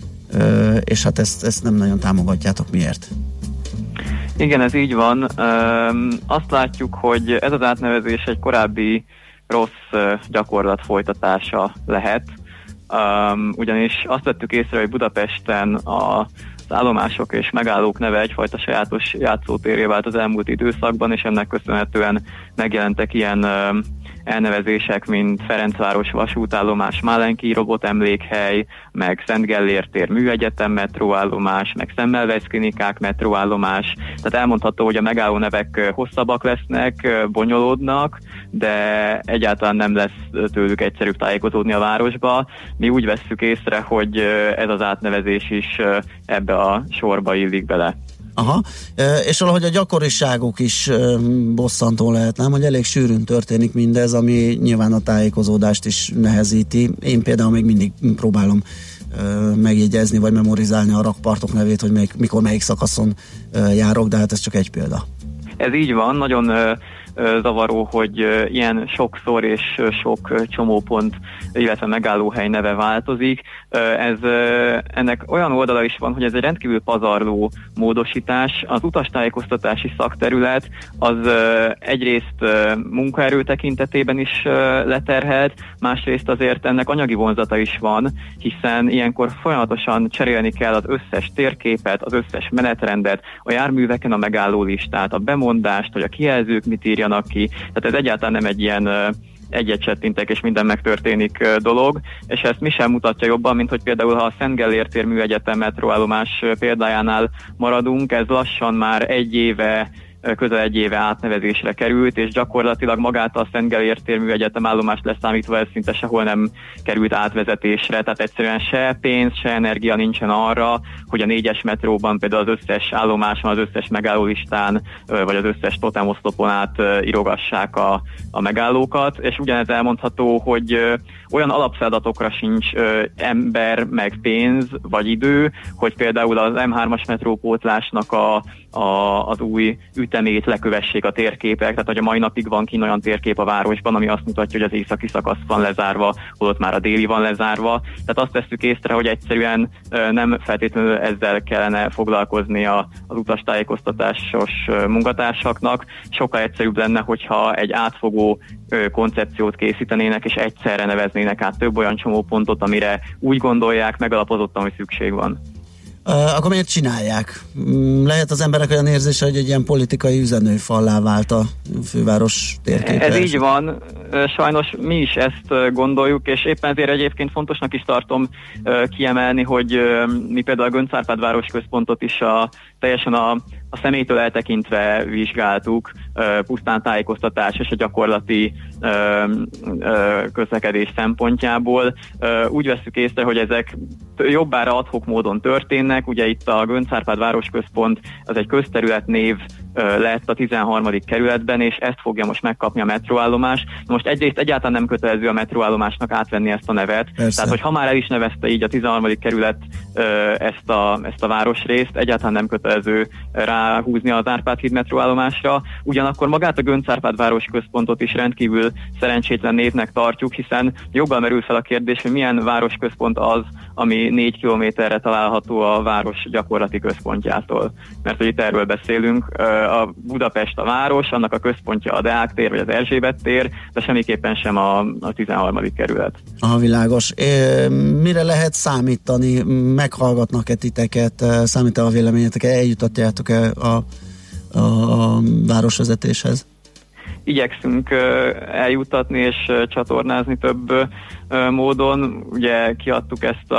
és hát ezt nem nagyon támogatjátok. Miért? Igen, ez így van. Azt látjuk, hogy ez az átnevezés egy korábbi rossz gyakorlat folytatása lehet, ugyanis azt vettük észre, hogy Budapesten az állomások és megállók neve egyfajta sajátos játszótérré vált az elmúlt időszakban, és ennek köszönhetően megjelentek ilyen elnevezések, mint Ferencváros vasútállomás, Málenki robotemlékhely, meg Szent Gellért tér műegyetem metróállomás, meg Semmelweis klinikák metróállomás. Tehát elmondható, hogy a megálló nevek hosszabbak lesznek, bonyolódnak, de egyáltalán nem lesz tőlük egyszerűbb tájékozódni a városba. Mi úgy vesszük észre, hogy ez az átnevezés is ebbe a sorba illik bele. Aha, és valahogy a gyakoriságuk is bosszantó lehet, nem? Hogy elég sűrűn történik mindez, ami nyilván a tájékozódást is nehezíti. Én például még mindig próbálom megjegyezni, vagy memorizálni a rakpartok nevét, hogy mikor melyik szakaszon járok, de hát ez csak egy példa. Ez így van, nagyon zavaró, hogy ilyen sokszor és sok csomópont, illetve megállóhely neve változik. Ennek olyan oldala is van, hogy ez egy rendkívül pazarló módosítás. Az utastájékoztatási szakterület az egyrészt munkaerő tekintetében is leterhelt, másrészt azért ennek anyagi vonzata is van, hiszen ilyenkor folyamatosan cserélni kell az összes térképet, az összes menetrendet, a járműveken a megálló listát, a bemondást, hogy a kijelzők mit írjanak ki. Tehát ez egyáltalán nem egy ilyen egyet csettintek és minden megtörténik dolog, és ezt mi sem mutatja jobban, mint hogy például ha a Szent Gellért tér műegyetem metróállomás példájánál maradunk, ez lassan már közel egy éve átnevezésre került, és gyakorlatilag magát a Szent Gellért tér műegyetem állomást leszámítva ez szinte sehol nem került átvezetésre, tehát egyszerűen se pénz, se energia nincsen arra, hogy a 4-es metróban például az összes állomáson, az összes megállólistán, vagy az összes totemoszlopon át írogassák a megállókat, és ugyanez elmondható, hogy olyan alapfeladatokra sincs ember, meg pénz, vagy idő, hogy például az M3-as metrópótlásnak az új ütemét lekövessék a térképek, tehát hogy a mai napig van kint olyan térkép a városban, ami azt mutatja, hogy az északi szakasz van lezárva, holott már a déli van lezárva. Tehát azt vesszük észre, hogy egyszerűen nem feltétlenül ezzel kellene foglalkozni az utastájékoztatásos munkatársaknak. Sokkal egyszerűbb lenne, hogyha egy átfogó koncepciót készítenének, és egyszerre neveznének át több olyan csomópontot, amire úgy gondolják megalapozottan, hogy szükség van. Akkor miért csinálják? Lehet az emberek olyan érzése, hogy egy ilyen politikai üzenőfallá vált a főváros térképe? Ez így van. Sajnos mi is ezt gondoljuk, és éppen ezért egyébként fontosnak is tartom kiemelni, hogy mi például a Göncz Árpád városközpontot is teljesen a személytől eltekintve vizsgáltuk, pusztán tájékoztatás és a gyakorlati közlekedés szempontjából. Úgy vesszük észre, hogy ezek jobbára ad hoc módon történnek. Ugye itt a Göncz Árpád városközpont az egy közterületnév lett a 13. kerületben, és ezt fogja most megkapni a metróállomás. Most egyrészt egyáltalán nem kötelező a metróállomásnak átvenni ezt a nevet. Persze. Tehát, hogy ha már el is nevezte így a 13. kerület ezt a városrészt, egyáltalán nem kötelező ráhúzni az Árpád-híd metróállomásra. Ugyanakkor magát a Göncz Árpád városközpontot is rendkívül szerencsétlen névnek tartjuk, hiszen joggal merül fel a kérdés, hogy milyen városközpont az, ami 4 kilométerre található a város gyakorlati központjától. Mert hogy itt erről beszélünk, a Budapest a város, annak a központja a Deák tér vagy az Erzsébet tér, de semmiképpen sem a 13. kerület. Aha, világos. Mire lehet számítani? Meghallgatnak-e titeket? Számít-e a véleményetek? Eljutatjátok-e a városvezetéshez? Igyekszünk eljutatni és csatornázni több módon. Ugye kiadtuk ezt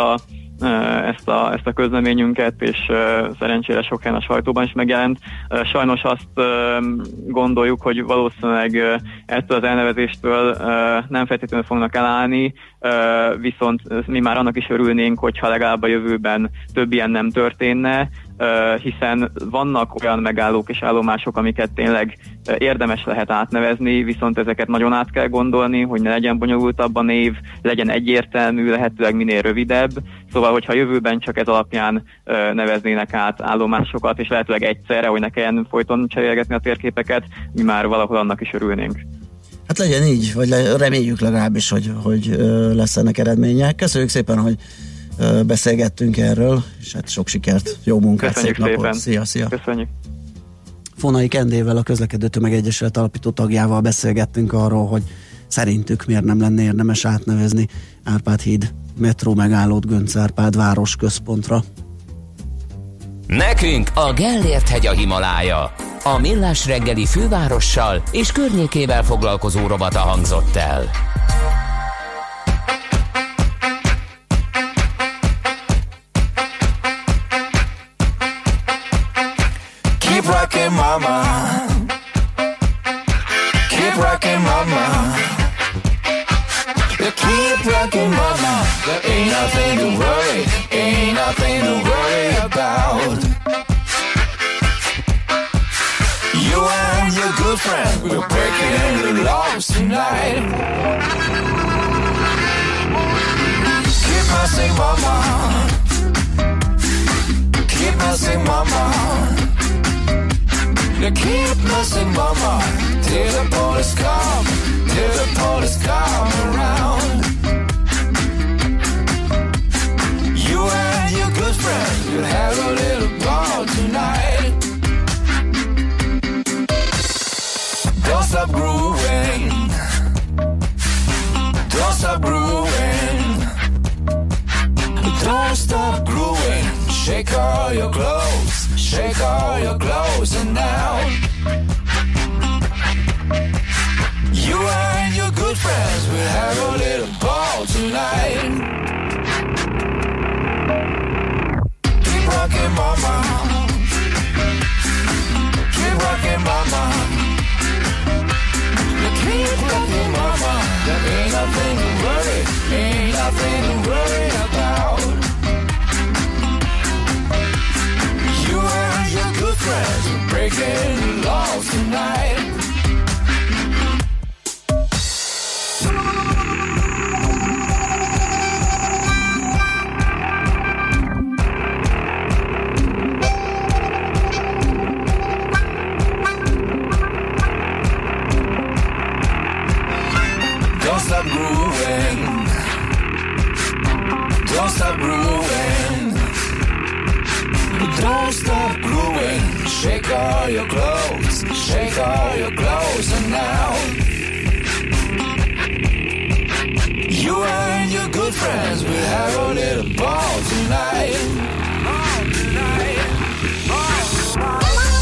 a közleményünket, és szerencsére sok helyen a sajtóban is megjelent. Sajnos azt gondoljuk, hogy valószínűleg ettől az elnevezéstől nem feltétlenül fognak elállni, viszont mi már annak is örülnénk, hogyha legalább a jövőben több ilyen nem történne, hiszen vannak olyan megállók és állomások, amiket tényleg érdemes lehet átnevezni, viszont ezeket nagyon át kell gondolni, hogy ne legyen bonyolultabb a név, legyen egyértelmű, lehetőleg minél rövidebb. Szóval, hogyha jövőben csak ez alapján neveznének át állomásokat, és lehetőleg egyszerre, hogy ne kelljen folyton cserélgetni a térképeket, mi már valahol annak is örülnénk. Hát legyen így, vagy reméljük legalábbis, hogy lesz ennek eredménye. Köszönjük szépen, hogy beszélgettünk erről, és hát sok sikert, jó munkát, köszönjük szép napot. Szépen. Szia. Köszönjük. Fonai Kendével, a Közlekedő Tömegegyesület alapító tagjával beszélgettünk arról, hogy szerintük miért nem lenne érdemes átnevezni Árpád-híd metró megállót Göncz Árpád városközpontra. Nekünk a Gellért-hegy a Himalája. A Millás reggeli fővárossal és környékével foglalkozó rovata hangzott el. Keep rocking, mama. Keep rocking, mama. Keep rocking, mama. There ain't nothing to worry, ain't nothing to worry about. You and your good friend, we're breaking the laws tonight. Keep messing, mama. Keep messing, mama. Keep messing, mama. Till the police come, till the police come around. You and your good friend, you'll have a little ball tonight. Don't stop grooving. Don't stop grooving. Don't stop grooving. Shake all your clothes. Shake all your clothes and now. You and your good friends will have a little ball tonight. Keep rocking, mama. Keep rocking, mama. Keep rocking, mama. There ain't nothing to worry, ain't nothing to worry about. You and your good friends are breaking the laws tonight. Don't stop grooving. Don't stop grooving. Don't stop grooving. Shake all your clothes. Shake all your clothes and now. You and your good friends will have a little ball tonight. Ball tonight. Ball.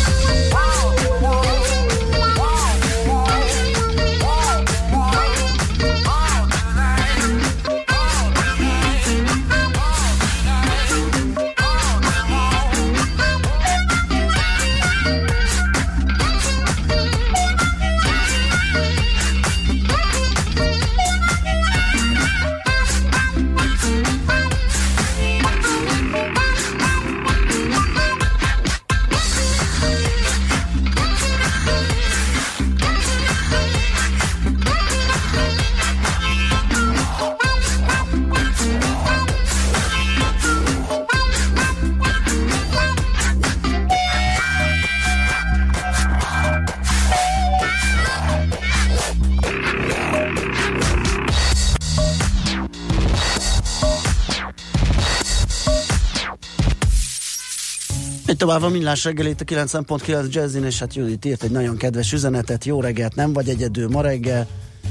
Tovább a Millás reggelét a 90.9 Jazzin, és hát Judit írt egy nagyon kedves üzenetet. Jó reggelt, nem vagy egyedül ma reggel.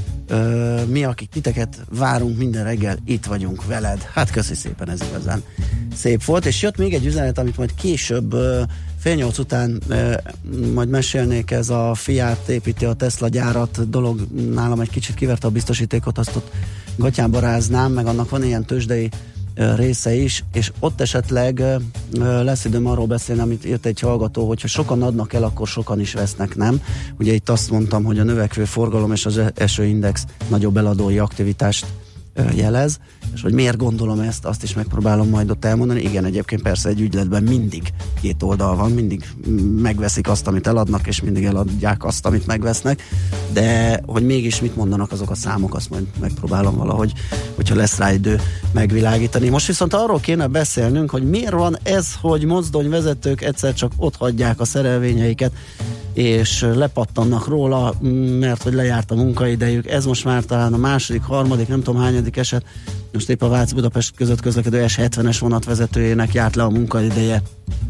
Mi, akik titeket várunk minden reggel, itt vagyunk veled. Hát köszi szépen, ez igazán szép volt. És jött még egy üzenet, amit majd később 7:30 után majd mesélnék. Ez a Fiat építi a Tesla gyárat dolog, nálam egy kicsit kiverte a biztosítékot, azt ott gatyába ráznám, meg annak van ilyen tőzsdei része is, és ott esetleg lesz időm arról beszélni, amit írt egy hallgató, hogyha sokan adnak el, akkor sokan is vesznek, nem? Ugye itt azt mondtam, hogy a növekvő forgalom és az esőindex nagyobb eladói aktivitást jelez, és hogy miért gondolom ezt, azt is megpróbálom majd ott elmondani. Igen, egyébként persze egy ügyletben mindig két oldal van, mindig megveszik azt, amit eladnak, és mindig eladják azt, amit megvesznek, de hogy mégis mit mondanak azok a számok, azt majd megpróbálom valahogy, hogyha lesz rá idő, megvilágítani. Most viszont arról kéne beszélnünk, hogy miért van ez, hogy mozdonyvezetők egyszer csak ott hagyják a szerelvényeiket, és lepattannak róla, mert hogy lejárt a munkaidejük. Ez most már talán a második, harmadik, nem tudom hányadik eset. Most épp a Váci-Budapest között közlekedő S70-es vonatvezetőjének járt le a munkaideje,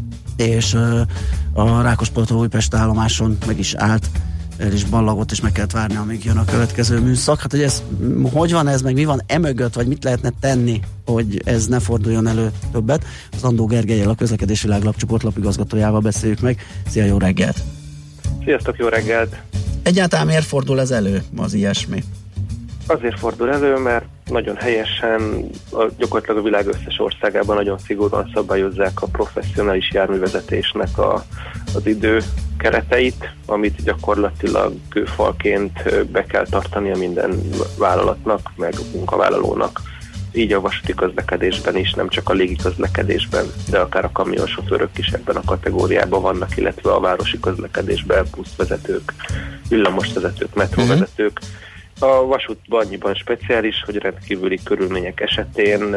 és a Rákospalota-Újpest állomáson meg is állt, és ballagott, és meg kellett várni, amíg jön a következő műszak. Hát, hogy ez, hogy van ez, meg mi van emögött, vagy mit lehetne tenni, hogy ez ne forduljon elő többet? Az Andó Gergellyel, a Közlekedési Világ lapcsoport lapigazgatójával beszéljük meg. Szia, jó reggelt! Sziasztok, jó reggelt! Egyáltalán miért fordul ez elő, az ilyesmi? Azért fordul elő, mert nagyon helyesen, gyakorlatilag a világ összes országában nagyon szigorúan szabályozzák a professzionális járművezetésnek az idő kereteit, amit gyakorlatilag kőfalként be kell tartania minden vállalatnak, meg munkavállalónak. Így a vasúti közlekedésben is, nem csak a légi közlekedésben, de akár a kamionsofőrök is ebben a kategóriában vannak, illetve a városi közlekedésben buszvezetők, villamosvezetők, metróvezetők. A vasútban annyiban speciális, hogy rendkívüli körülmények esetén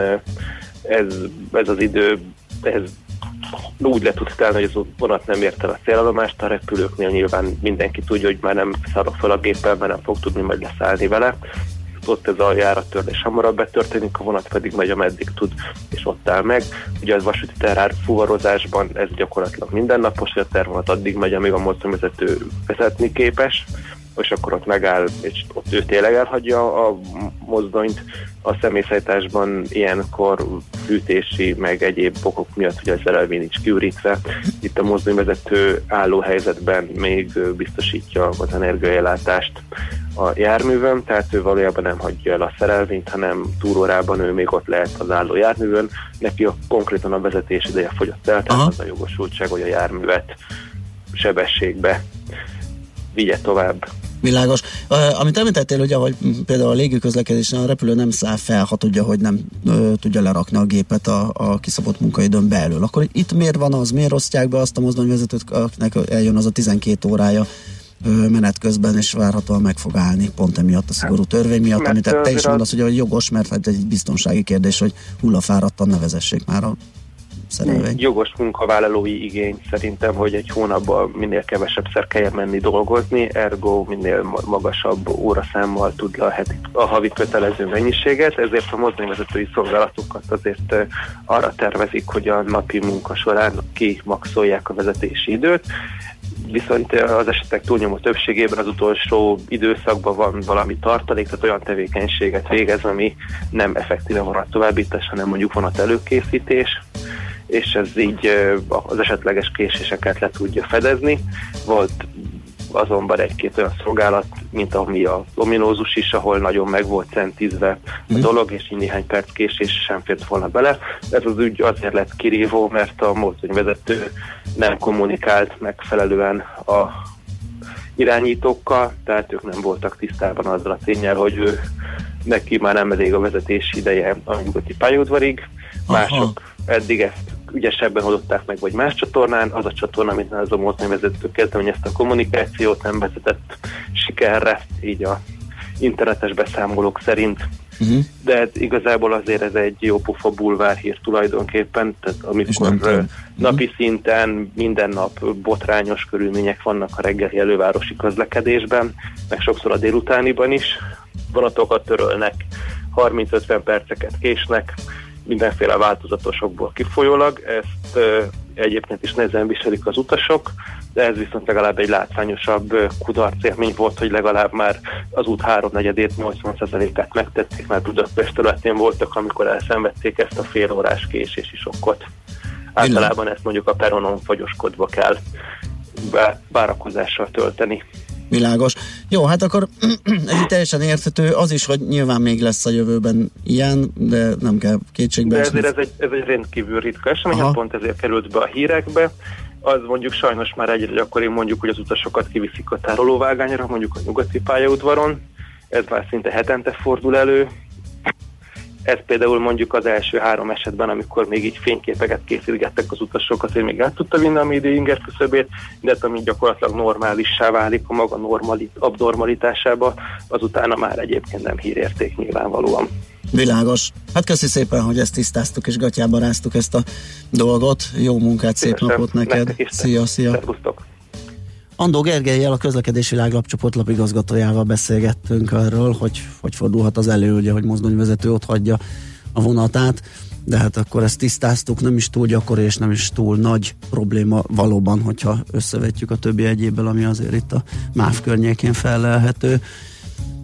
ez az idő úgy le tud telni, hogy az vonat nem ért el a célállomást, a repülőknél nyilván mindenki tudja, hogy már nem szállok fel a géppel, mert nem fog tudni majd leszállni vele. Ott ez a járattörlés hamarabb betörténik, a vonat pedig megy, ameddig tud, és ott áll meg. Ugye a vasúti terár fuvarozásban ez gyakorlatilag mindennapos, hogy a tervonat addig megy, amíg a mozdonyvezető vezetni képes, és akkor ott megáll, és ott ő tényleg elhagyja a mozdonyt. A személyszállításban ilyenkor fűtési, meg egyéb okok miatt, hogy a szerelvény nincs kiürítve. Itt a mozdonyvezető álló helyzetben még biztosítja az energiaellátást a járművön, tehát ő valójában nem hagyja el a szerelvényt, hanem túlórában ő még ott lehet az álló járművön. Neki konkrétan a vezetés ideje fogyott el, tehát az a jogosultság, hogy a járművet sebességbe vigye tovább. Világos. Amit említettél, ugye, hogy például a légiközlekedésen a repülő nem száll fel, ha tudja, hogy nem tudja lerakni a gépet a kiszabott munkaidőn belül. Akkor itt miért van az, miért osztják be azt a mozdonyvezetőt, akinek eljön az a 12 órája menet közben, és várhatóan meg fog állni, pont emiatt a szigorú törvény miatt, amit te is mondasz, hogy jogos, mert hát egy biztonsági kérdés, hogy hullafáradtan ne vezessék már a szerelvény. Jogos munkavállalói igény szerintem, hogy egy hónapban minél kevesebbszer kelljen menni dolgozni, ergo minél magasabb óraszámmal tud le a havi kötelező mennyiséget, ezért a mozdonyvezetői szolgálatokat azért arra tervezik, hogy a napi munka során kimaxolják a vezetési időt, viszont az esetek túlnyomó többségében az utolsó időszakban van valami tartalék, tehát olyan tevékenységet végez, ami nem effektíve vonat továbbítás, hanem mondjuk vonat előkészítés, és ez így az esetleges késéseket le tudja fedezni. Volt azonban egy-két olyan szolgálat, mint ami az ominózus is, ahol nagyon meg volt centízve a dolog, és így néhány perc késés sem fért volna bele. Ez az ügy azért lett kirívó, mert a mozdonyvezető nem kommunikált megfelelően a irányítókkal, tehát ők nem voltak tisztában azzal a tényel, hogy neki már nem elég a vezetési ideje a nyugati pályaudvarig. Mások eddig ezt ügyesebben oldották meg, vagy más csatornán. Az a csatorna, amit az a mozdonyvezető kezdeményezte a kommunikációt, nem vezetett sikerre, így a internetes beszámolók szerint. De igazából azért ez egy jó pofa bulvárhír tulajdonképpen, tehát amikor napi szinten minden nap botrányos körülmények vannak a reggeli elővárosi közlekedésben, meg sokszor a délutániban is, vonatokat törölnek, 30-50 perceket késnek, mindenféle változatosokból kifolyólag, ezt egyébként is nehezen viselik az utasok, de ez viszont legalább egy látványosabb kudarcélmény volt, hogy legalább már az út 3/4-ét, 80%-át megtették, mert Budapest területén voltak, amikor elszenvedték ezt a félórás késési sokkot. Általában ezt mondjuk a peronon fagyoskodva kell várakozással tölteni. Világos. Jó, hát akkor ez teljesen érthető, az is, hogy nyilván még lesz a jövőben ilyen, de nem kell kétségbe esni. De ezért ez egy rendkívül ritka esemény, pont ezért került be a hírekbe. Az mondjuk sajnos már egyre gyakoribb mondjuk, hogy az utasokat kiviszik a tárolóvágányra, mondjuk a nyugati pályaudvaron. Ez már szinte hetente fordul elő. Ez például mondjuk az első 3 esetben, amikor még így fényképeket készítgettek az utasok, azért még át tudta vinni a média inger küszöbét, de ami gyakorlatilag normálissá válik a maga abnormalitásába, az utána már egyébként nem hírérték nyilvánvalóan. Világos. Hát köszi szépen, hogy ezt tisztáztuk és gatyába ráztuk ezt a dolgot. Jó munkát, szép napot neked. Szia. Szervusztok. Andó Gergellyel, a Közlekedési Világlapcsoport lapigazgatójával beszélgettünk arról, hogy fordulhat az elő, ugye, hogy mozdonyvezető ott hagyja a vonatát, de hát akkor ezt tisztáztuk, nem is túl gyakori és nem is túl nagy probléma valóban, hogyha összevetjük a többi egyébbel, ami azért itt a MÁV környékén fellelhető.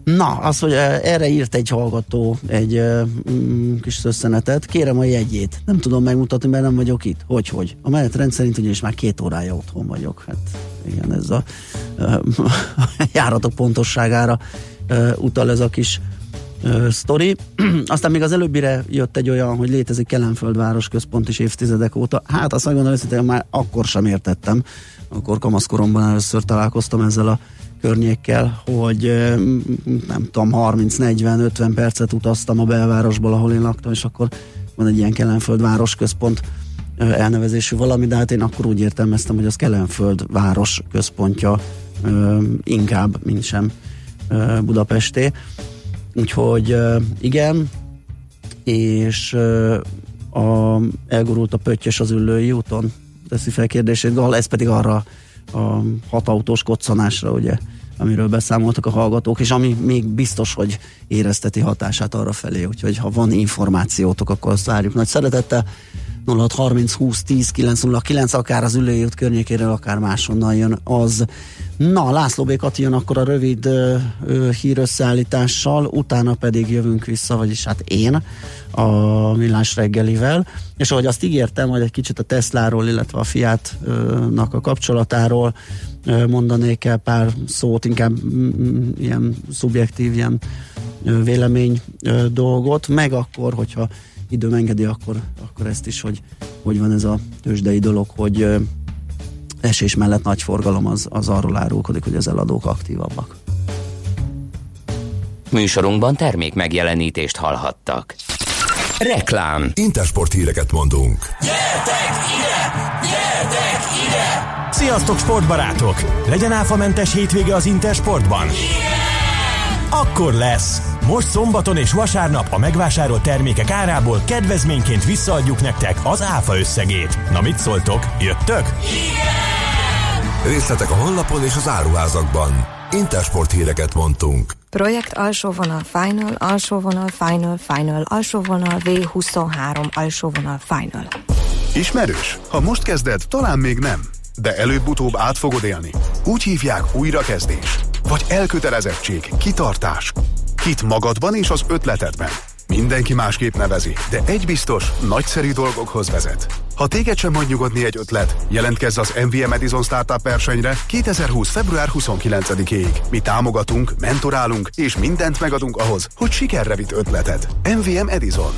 Na, az, hogy erre írt egy hallgató egy kis szösszenetet, kérem a jegyét. Nem tudom megmutatni, mert nem vagyok itt. Hogy? A menetrend szerint ugyanis már 2 órája otthon vagyok. Hát igen, ez a járatok pontosságára utal ez a kis sztori. Aztán még az előbbire jött egy olyan, hogy létezik Kelenföld városközpont is évtizedek óta. Hát azt megmondom őszintén, már akkor sem értettem. Akkor kamaszkoromban először találkoztam ezzel a környékkel, hogy nem tudom, 30-40-50 percet utaztam a belvárosból, ahol én laktam, és akkor van egy ilyen Kelenföld városközpont elnevezésű valami, de hát én akkor úgy értelmeztem, hogy az Kelenföld város központja inkább, mint sem Budapesté. Úgyhogy igen, és elgurult a pöttyös az Üllői úton, teszi fel kérdését, ez pedig arra a 6 autós koccanásra, ugye, amiről beszámoltak a hallgatók, és ami még biztos, hogy érezteti hatását arra felé, úgyhogy ha van információtok, akkor azt várjuk nagy szeretettel. 0630 20 10 909, akár az Üllői út környékéről, akár máshonnan jön az. Na, László B. Kati jön akkor a rövid hírösszeállítással, utána pedig jövünk vissza, vagyis hát én a Millás reggelivel, és ahogy azt ígértem, hogy egy kicsit a Tesláról, illetve a Fiatnak a kapcsolatáról mondanék el pár szót, inkább ilyen szubjektív, ilyen vélemény dolgot, meg akkor, hogyha időm engedi, akkor ezt is, hogy van ez a tőzsdei dolog, hogy esés mellett nagy forgalom, az arról árulkodik, hogy az eladók aktívabbak. Műsorunkban termék megjelenítést hallhattak. Reklám. Intersport híreket mondunk. Gyertek ide! Gyertek ide! Sziasztok, sportbarátok! Legyen áfamentes hétvége az Intersportban? Akkor lesz! Most szombaton és vasárnap a megvásárolt termékek árából kedvezményként visszaadjuk nektek az áfa összegét. Na mit szóltok? Jöttök? Igen! Részletek a honlapon és az áruházakban. Intersport híreket mondtunk. Projekt alsóvonal Final, alsóvonal Final, Final, alsóvonal V23, alsóvonal Final. Ismerős? Ha most kezded, talán még nem. De előbb-utóbb át fogod élni. Úgy hívják újrakezdés. Vagy elkötelezettség, kitartás. Hidd magadban és az ötletedben. Mindenki másképp nevezi, de egy biztos, nagyszerű dolgokhoz vezet. Ha téged sem hagy nyugodni egy ötlet, jelentkezz az MVM Edison Startup versenyre 2020. február 29-ig. Mi támogatunk, mentorálunk és mindent megadunk ahhoz, hogy sikerre vidd ötleted. MVM Edison.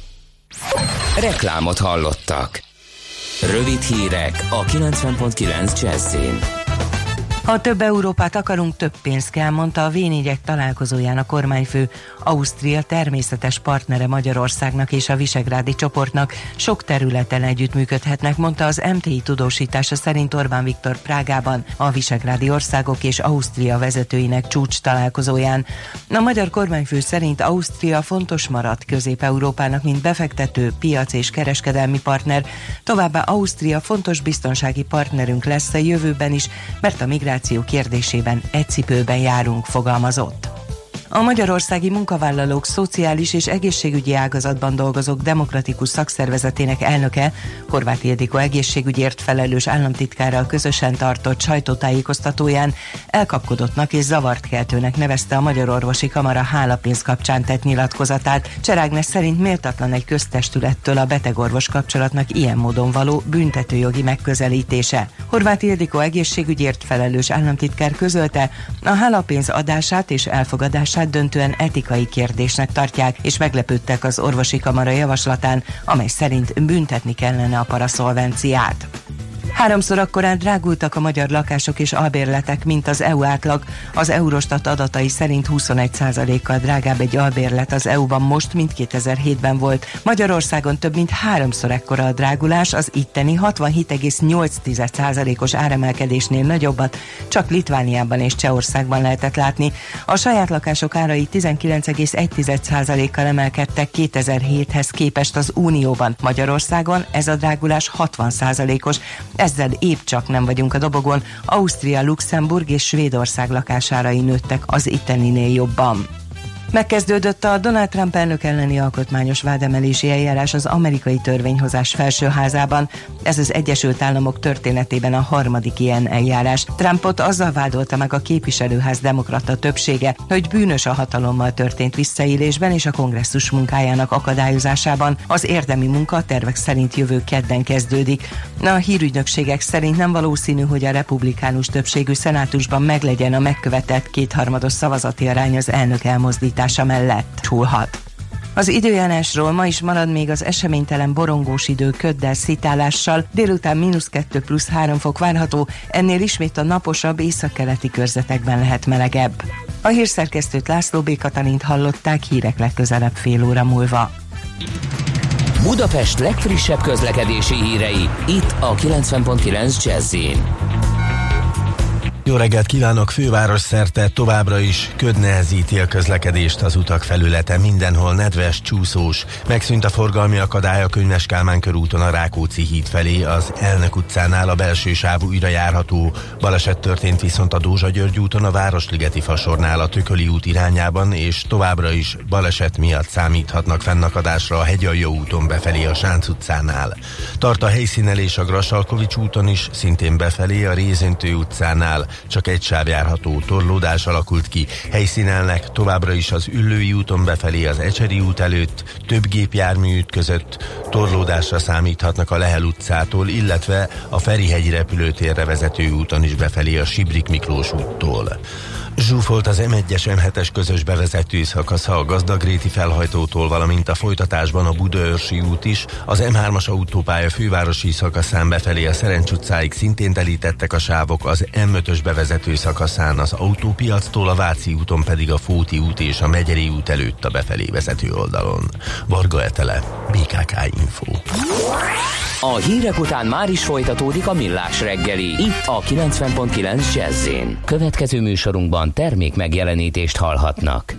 Reklámot hallottak. Rövid hírek a 90.9 Jazzin. Ha több Európát akarunk, több pénzt kell, mondta a V4-ek találkozóján a kormányfő. Ausztria természetes partnere Magyarországnak és a Visegrádi csoportnak. Sok területen együttműködhetnek, mondta az MTI tudósítása szerint Orbán Viktor Prágában a visegrádi országok és Ausztria vezetőinek csúcs találkozóján. A magyar kormányfő szerint Ausztria fontos maradt Közép-Európának, mint befektető, piac és kereskedelmi partner. Továbbá Ausztria fontos biztonsági partnerünk lesz a jövőben is, mert a migráció kérdésében egy cipőben járunk, fogalmazott. A magyarországi munkavállalók szociális és egészségügyi ágazatban dolgozók demokratikus szakszervezetének elnöke, Horváth Ildikó egészségügyért felelős államtitkárral közösen tartott sajtótájékoztatóján elkapkodottnak és zavart keltőnek nevezte a Magyar Orvosi Kamara hálapénz kapcsán tett nyilatkozatát. Cserágnes szerint méltatlan egy köztestülettől a betegorvos kapcsolatnak ilyen módon való büntetőjogi megközelítése. Horváth Ildikó egészségügyért felelős államtitkár közölte, a hálapénz adását és elfogadását döntően etikai kérdésnek tartják, és meglepődtek az orvosi kamara javaslatán, amely szerint büntetni kellene a paraszolvenciát. 3-szor akkorán drágultak a magyar lakások és albérletek, mint az EU átlag. Az Eurostat adatai szerint 21%-kal drágább egy albérlet az EU-ban most, mint 2007-ben volt. Magyarországon több mint 3-szor ekkora a drágulás, az itteni 67,8%-os áremelkedésnél nagyobbat csak Litvániában és Csehországban lehetett látni. A saját lakások árai 19,1%-kal emelkedtek 2007-hez képest az Unióban. Magyarországon ez a drágulás 60%-os. Ezzel épp csak nem vagyunk a dobogon. Ausztria, Luxemburg és Svédország lakásárai nőttek az itteninél jobban. Megkezdődött a Donald Trump elnök elleni alkotmányos vádemelési eljárás az amerikai törvényhozás felsőházában. Ez az Egyesült Államok történetében a harmadik ilyen eljárás. Trumpot azzal vádolta meg a képviselőház demokrata többsége, hogy bűnös a hatalommal történt visszaélésben és a kongresszus munkájának akadályozásában. Az érdemi munka a tervek szerint jövő kedden kezdődik. A hírügynökségek szerint nem valószínű, hogy a republikánus többségű szenátusban meglegyen a megkövetett 2/3 szavazati arány az elnök elmozdítása mellett. Csúlhat. Az időjárásról: ma is marad még az eseménytelen borongós idő köddel, szitálással, délután -2 + 3 fok várható, ennél ismét a naposabb északkeleti körzetekben lehet melegebb. A hírszerkesztőt, László B. Katalint hallották, hírek legközelebb fél óra múlva. Budapest legfrissebb közlekedési hírei, itt a 90.9 Jazz-in. Jó reggelt kívánok! Főváros szerte továbbra is köd nehezíti a közlekedést az utak felülete, mindenhol nedves, csúszós. Megszűnt a forgalmi akadály a Könyves Kálmán körúton a Rákóczi híd felé, az Elnök utcánál a belső sáv újra járható. Baleset történt viszont a Dózsa György úton a Városligeti fasornál a Tököli út irányában, és továbbra is baleset miatt számíthatnak fennakadásra a Hegyalja úton befelé a Sánc utcánál. Tart a helyszínelés a Grassalkovich úton is, szintén befelé a Rézöntő utcánál. Csak egy sáv járható, torlódás alakult ki. Helyszínelnek továbbra is az Üllői úton befelé az Ecseri út előtt, több gépjármű ütközött, torlódásra számíthatnak a Lehel utcától, illetve a Ferihegyi repülőtérre vezető úton is befelé a Sibrik Miklós úttól. Zsúfolt az M1-es M7-es közös bevezető szakasza a Gazdagréti felhajtótól, valamint a folytatásban a Budaörsi út is. Az M3-as autópálya fővárosi szakaszán befelé a Szerencs utcáig szintén telítettek a sávok, az M5-ös bevezető szakaszán az Autópiactól, a Váci úton pedig a Fóti út és a Megyeri út előtt a befelé vezető oldalon. Varga Etele, BKK Info. A hírek után már is folytatódik a Millás reggeli, itt a 90.9 Jazz-in. Következő műsorunkban termék megjelenítést hallhatnak.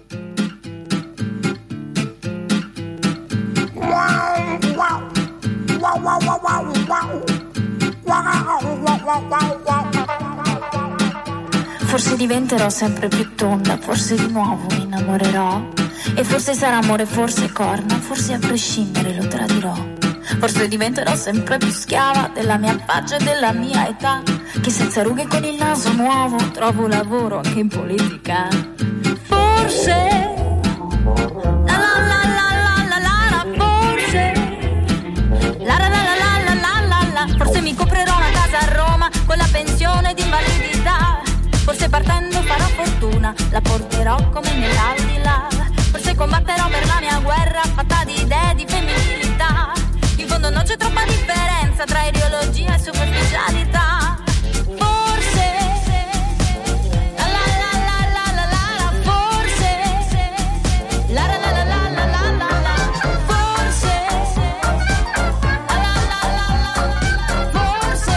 Forse diventerò sempre più tonda, forse di nuovo mi innamorerò. E forse sarà amore, forse corna, forse a prescindere lo tradirò. Forse diventerò sempre più schiava della mia faccia e della mia età, che senza rughe con il naso nuovo trovo lavoro anche in politica. Forse la la la la la la la, forse la la la la la la la la, forse mi comprerò una casa a Roma con la pensione di invalidità. Forse partendo farò fortuna, la porterò come nell'aldilà. Forse combatterò per la mia guerra fatta di idee di femminilità. In fondo non c'è troppa differenza tra ideologia e superficialità. Forse la la la la la la la, forse la la la la la la la la, forse la la la la la la, forse.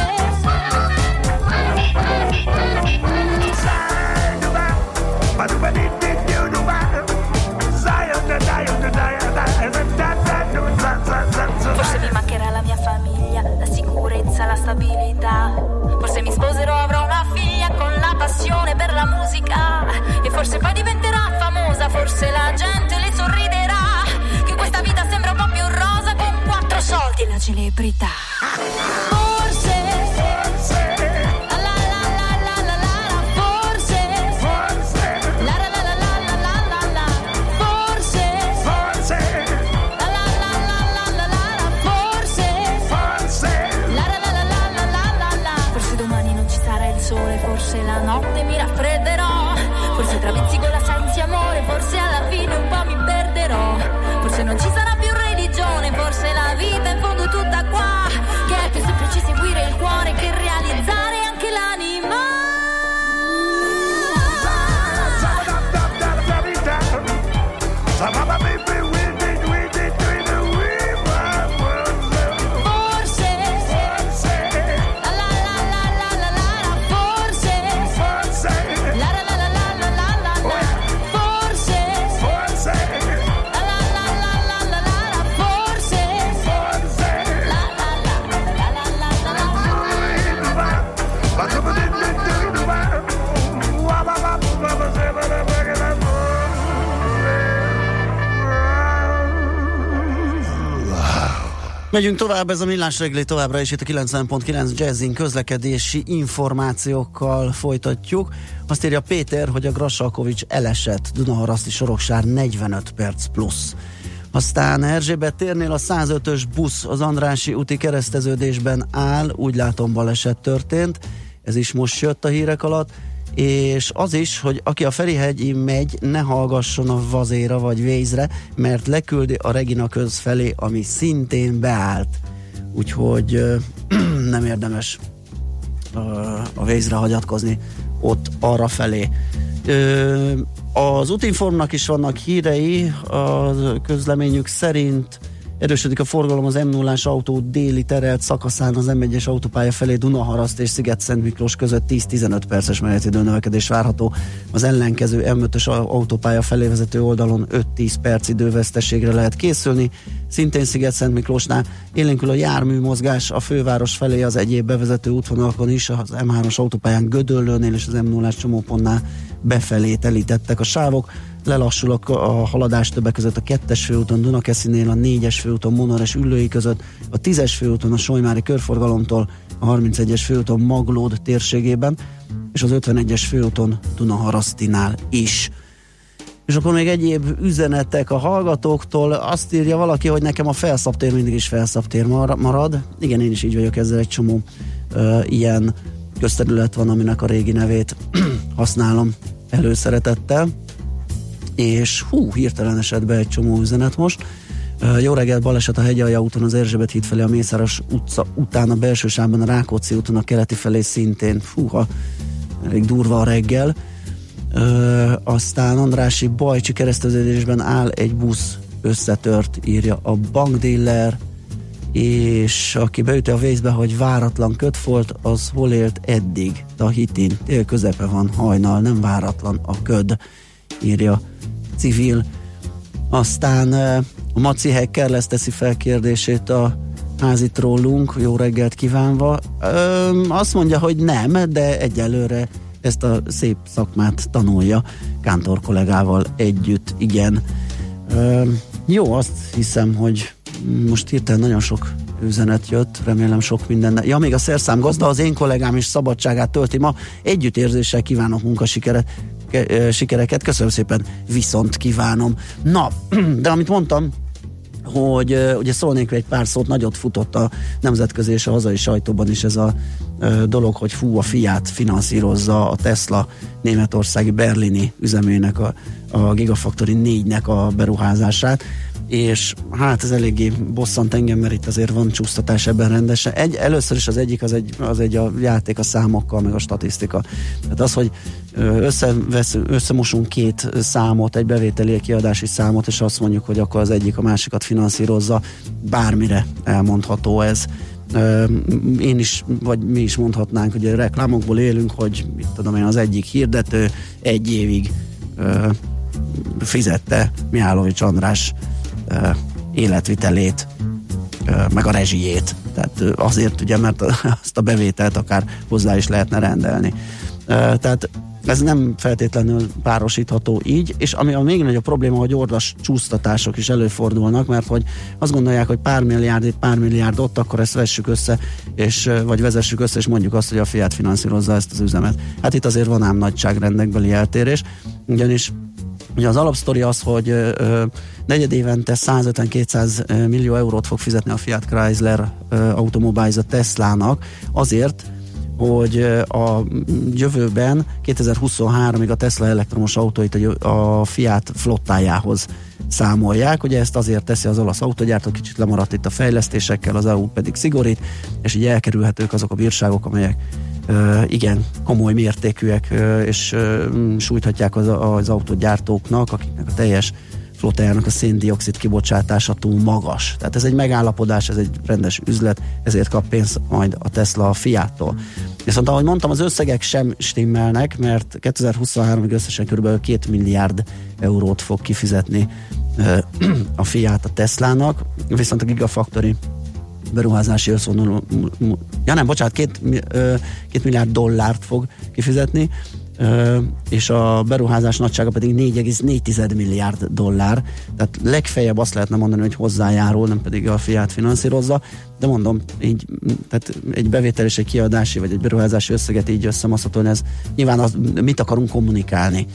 Forse mi mancherà la mia famiglia, la sicurezza, la stabilità. Forse mi sposerò, avrò una figlia con la passione per la musica. E forse poi diventerà famosa, forse la gente le sorriderà. Che questa vita sembra un po' più rosa con 4 soldi e la celebrità. Forse la la la la la la la, forse la la la la la la la la, forse la la la la la la la, forse la la la la la la la la. Forse domani non ci sarà il sole, forse la notte mi raffredderò. Forse tra vizi con la senza amore, forse alla fine un po' mi perderò. Forse non ci sarà più religione, forse la vita in fondo tutta qua, che è più semplice seguire il cuore Megyünk tovább, ez a Millás reggeli továbbra is itt a 90.9 Jazzin közlekedési információkkal folytatjuk. Azt írja Péter, hogy a Grassalkovics elesett, Dunaharaszti Soroksár 45 perc plusz. Aztán Erzsébet térnél a 105-ös busz az Andrássy úti kereszteződésben áll, úgy látom baleset történt, ez is most jött a hírek alatt, és az is, hogy aki a Ferihegyin megy, ne hallgasson a Vazéra vagy Vézre, mert leküldi a Regina köz felé, ami szintén beállt. Úgyhogy nem érdemes a Vézre hagyatkozni ott arra felé. Az Útinformnak is vannak hírei, a közleményük szerint erősödik a forgalom az M0-ás autó déli terelt szakaszán az M1-es autópálya felé Dunaharaszt és Sziget-Szent Miklós között 10-15 perces menetidő növekedés várható. Az ellenkező M5-ös autópálya felé vezető oldalon 5-10 perc időveszteségre lehet készülni. Szintén Sziget-Szent Miklósnál élénkül a járműmozgás a főváros felé az egyéb bevezető útvonalakon is, az M3-as autópályán Gödöllőnél és az M0-ás csomópontnál befelé telítettek a sávok. Lelassul a haladás többek között a 2-es főúton Dunakeszinél, a 4-es főúton Monores Üllői között, a 10-es főúton a Solymári körforgalomtól, a 31-es főúton Maglód térségében, és az 51-es főúton Dunaharasztinál is. És akkor még egyéb üzenetek a hallgatóktól. Azt írja valaki, hogy nekem a Felszabtér mindig is Felszabtér marad. Igen, én is így vagyok ezzel, egy csomó ilyen közterület van, aminek a régi nevét használom előszeretettel. És hirtelen esett be egy csomó üzenet most. Jó reggelt, baleset a Hegyalja úton az Erzsébet híd felé a Mészáros utca után a belső sávban a Rákóczi úton a keleti felé szintén. Elég durva a reggel. Aztán Andrássy Bajcsi kereszteződésben áll egy busz, összetört, írja a bankdiller, és aki beüti a Waze-be, hogy váratlan ködfolt, az hol élt eddig? Tahitin. Tél közepe van, hajnal, nem váratlan a köd, írja civil. Aztán a Maci Hacker lesz teszi fel kérdését a házit rólunk, jó reggelt kívánva. Azt mondja, hogy nem, de egyelőre ezt a szép szakmát tanulja Kántor kollégával együtt, igen. Jó, azt hiszem, hogy most hirtelen nagyon sok üzenet jött, remélem sok minden. Ja, még a szerszámgazda, az én kollégám is szabadságát tölti ma. Együttérzéssel kívánok sikereket, köszönöm szépen, viszont kívánom. Na, de amit mondtam, hogy ugye szólnék egy pár szót, nagyot futott a nemzetközi és a hazai sajtóban is ez a dolog, hogy a Fiat finanszírozza a Tesla németországi berlini üzemének a Gigafactory 4-nek a beruházását, és hát ez eléggé bosszant engem, mert itt azért van csúsztatás ebben rendesen. Először is az egy a játék a számokkal, meg a statisztika. Tehát az, hogy összemosunk két számot, egy bevételi, kiadási számot, és azt mondjuk, hogy akkor az egyik a másikat finanszírozza, bármire elmondható ez. Én is, vagy mi is mondhatnánk, hogy a reklámokból élünk, hogy mit tudom én, az egyik hirdető egy évig fizette Mihálovics András életvitelét, meg a rezsijét. Tehát azért ugye, mert azt a bevételt akár hozzá is lehetne rendelni. Tehát ez nem feltétlenül párosítható így, és ami a még nagyobb probléma, hogy ordas csúsztatások is előfordulnak, mert hogy azt gondolják, hogy pár milliárd itt, pár milliárd ott, akkor ezt vessük össze, vagy vezessük össze, és mondjuk azt, hogy a Fiat finanszírozza ezt az üzemet. Hát itt azért van ám nagyságrendekbeli eltérés, ugyanis ugye az alapsztori az, hogy negyed évente 150-200 millió eurót fog fizetni a Fiat Chrysler Automobiles a Teslának azért, hogy a jövőben 2023-ig a Tesla elektromos autóit a Fiat flottájához számolják. Ugye ezt azért teszi az olasz autógyártó, kicsit lemaradt itt a fejlesztésekkel, az EU pedig szigorít, és így elkerülhetők azok a bírságok, amelyek igen komoly mértékűek, és sújthatják az autógyártóknak, akiknek a teljes flottájának a szén-dioxid kibocsátása túl magas. Tehát ez egy megállapodás, ez egy rendes üzlet, ezért kap pénzt majd a Tesla a Fiattól. Viszont ahogy mondtam, az összegek sem stimmelnek, mert 2023-ig összesen kb. 2 milliárd eurót fog kifizetni a Fiat a Teslának, viszont a Gigafactory beruházási összvonalú, 2 milliárd dollárt fog kifizetni, és a beruházás nagysága pedig 4,4 milliárd dollár, tehát legfeljebb azt lehetne mondani, hogy hozzájárul, nem pedig a Fiat finanszírozza, de mondom, így, tehát egy bevétel és egy kiadási, vagy egy beruházási összeget így összemaszatolni, ez nyilván az, mit akarunk kommunikálni,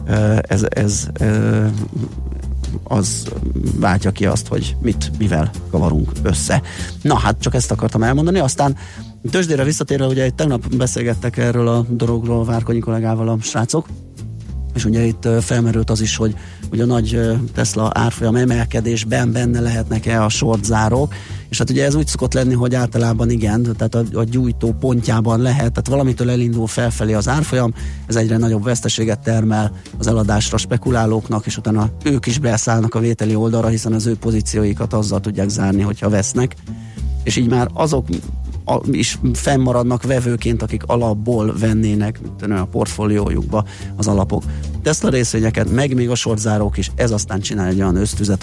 az váltja ki azt, hogy mivel kavarunk össze. Na hát csak ezt akartam elmondani, aztán tőzsdére visszatérve, ugye tegnap beszélgettek erről a dologról Várkonyi kollégával a srácok, és ugye itt felmerült az is, hogy a nagy Tesla árfolyam emelkedésben benne lehetnek-e a shortzárók, és hát ugye ez úgy szokott lenni, hogy általában igen, tehát a gyújtó pontjában lehet, tehát valamitől elindul felfelé az árfolyam, ez egyre nagyobb veszteséget termel az eladásra spekulálóknak, és utána ők is beszállnak a vételi oldalra, hiszen az ő pozícióikat azzal tudják zárni, hogyha vesznek, és így már azok is fennmaradnak vevőként, akik alapból vennének a portfóliójukba az alapok Tesla részvényeket, meg még a sortzárók is, ez aztán csinál egy olyan ösztüzet,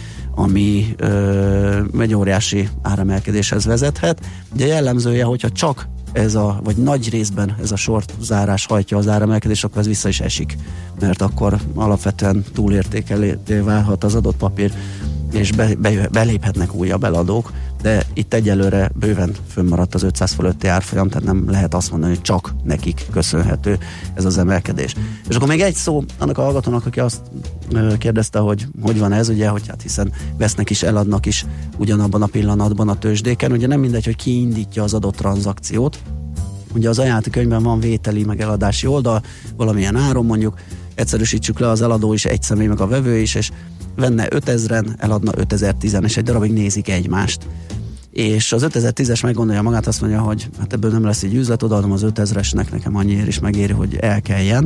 ami egy óriási áremelkedéshez vezethet. Ugye jellemzője, hogyha csak vagy nagy részben ez a short zárás hajtja az áremelkedés, akkor ez vissza is esik, mert akkor alapvetően túlértékelté válhat az adott papír, és beléphetnek újabb eladók, de itt egyelőre bőven fönnmaradt az 500 fölötti árfolyam, tehát nem lehet azt mondani, hogy csak nekik köszönhető ez az emelkedés. És akkor még egy szó annak a hallgatónak, aki azt kérdezte, hogy van ez, ugye, hogy hát hiszen vesznek is, eladnak is ugyanabban a pillanatban a tőzsdéken, ugye nem mindegy, hogy ki indítja az adott tranzakciót. Ugye az ajánlati könyvben van vételi meg eladási oldal, valamilyen áron mondjuk, egyszerűsítsük le, az eladó is egy személy, meg a vevő is, és venne 5000-en, eladna 5010-en, és egy darabig nézik egymást. És az 5010-es meggondolja magát, azt mondja, hogy hát ebből nem lesz így üzlet, odaadom az 5000-esnek, nekem annyiért is megéri, hogy elkeljen,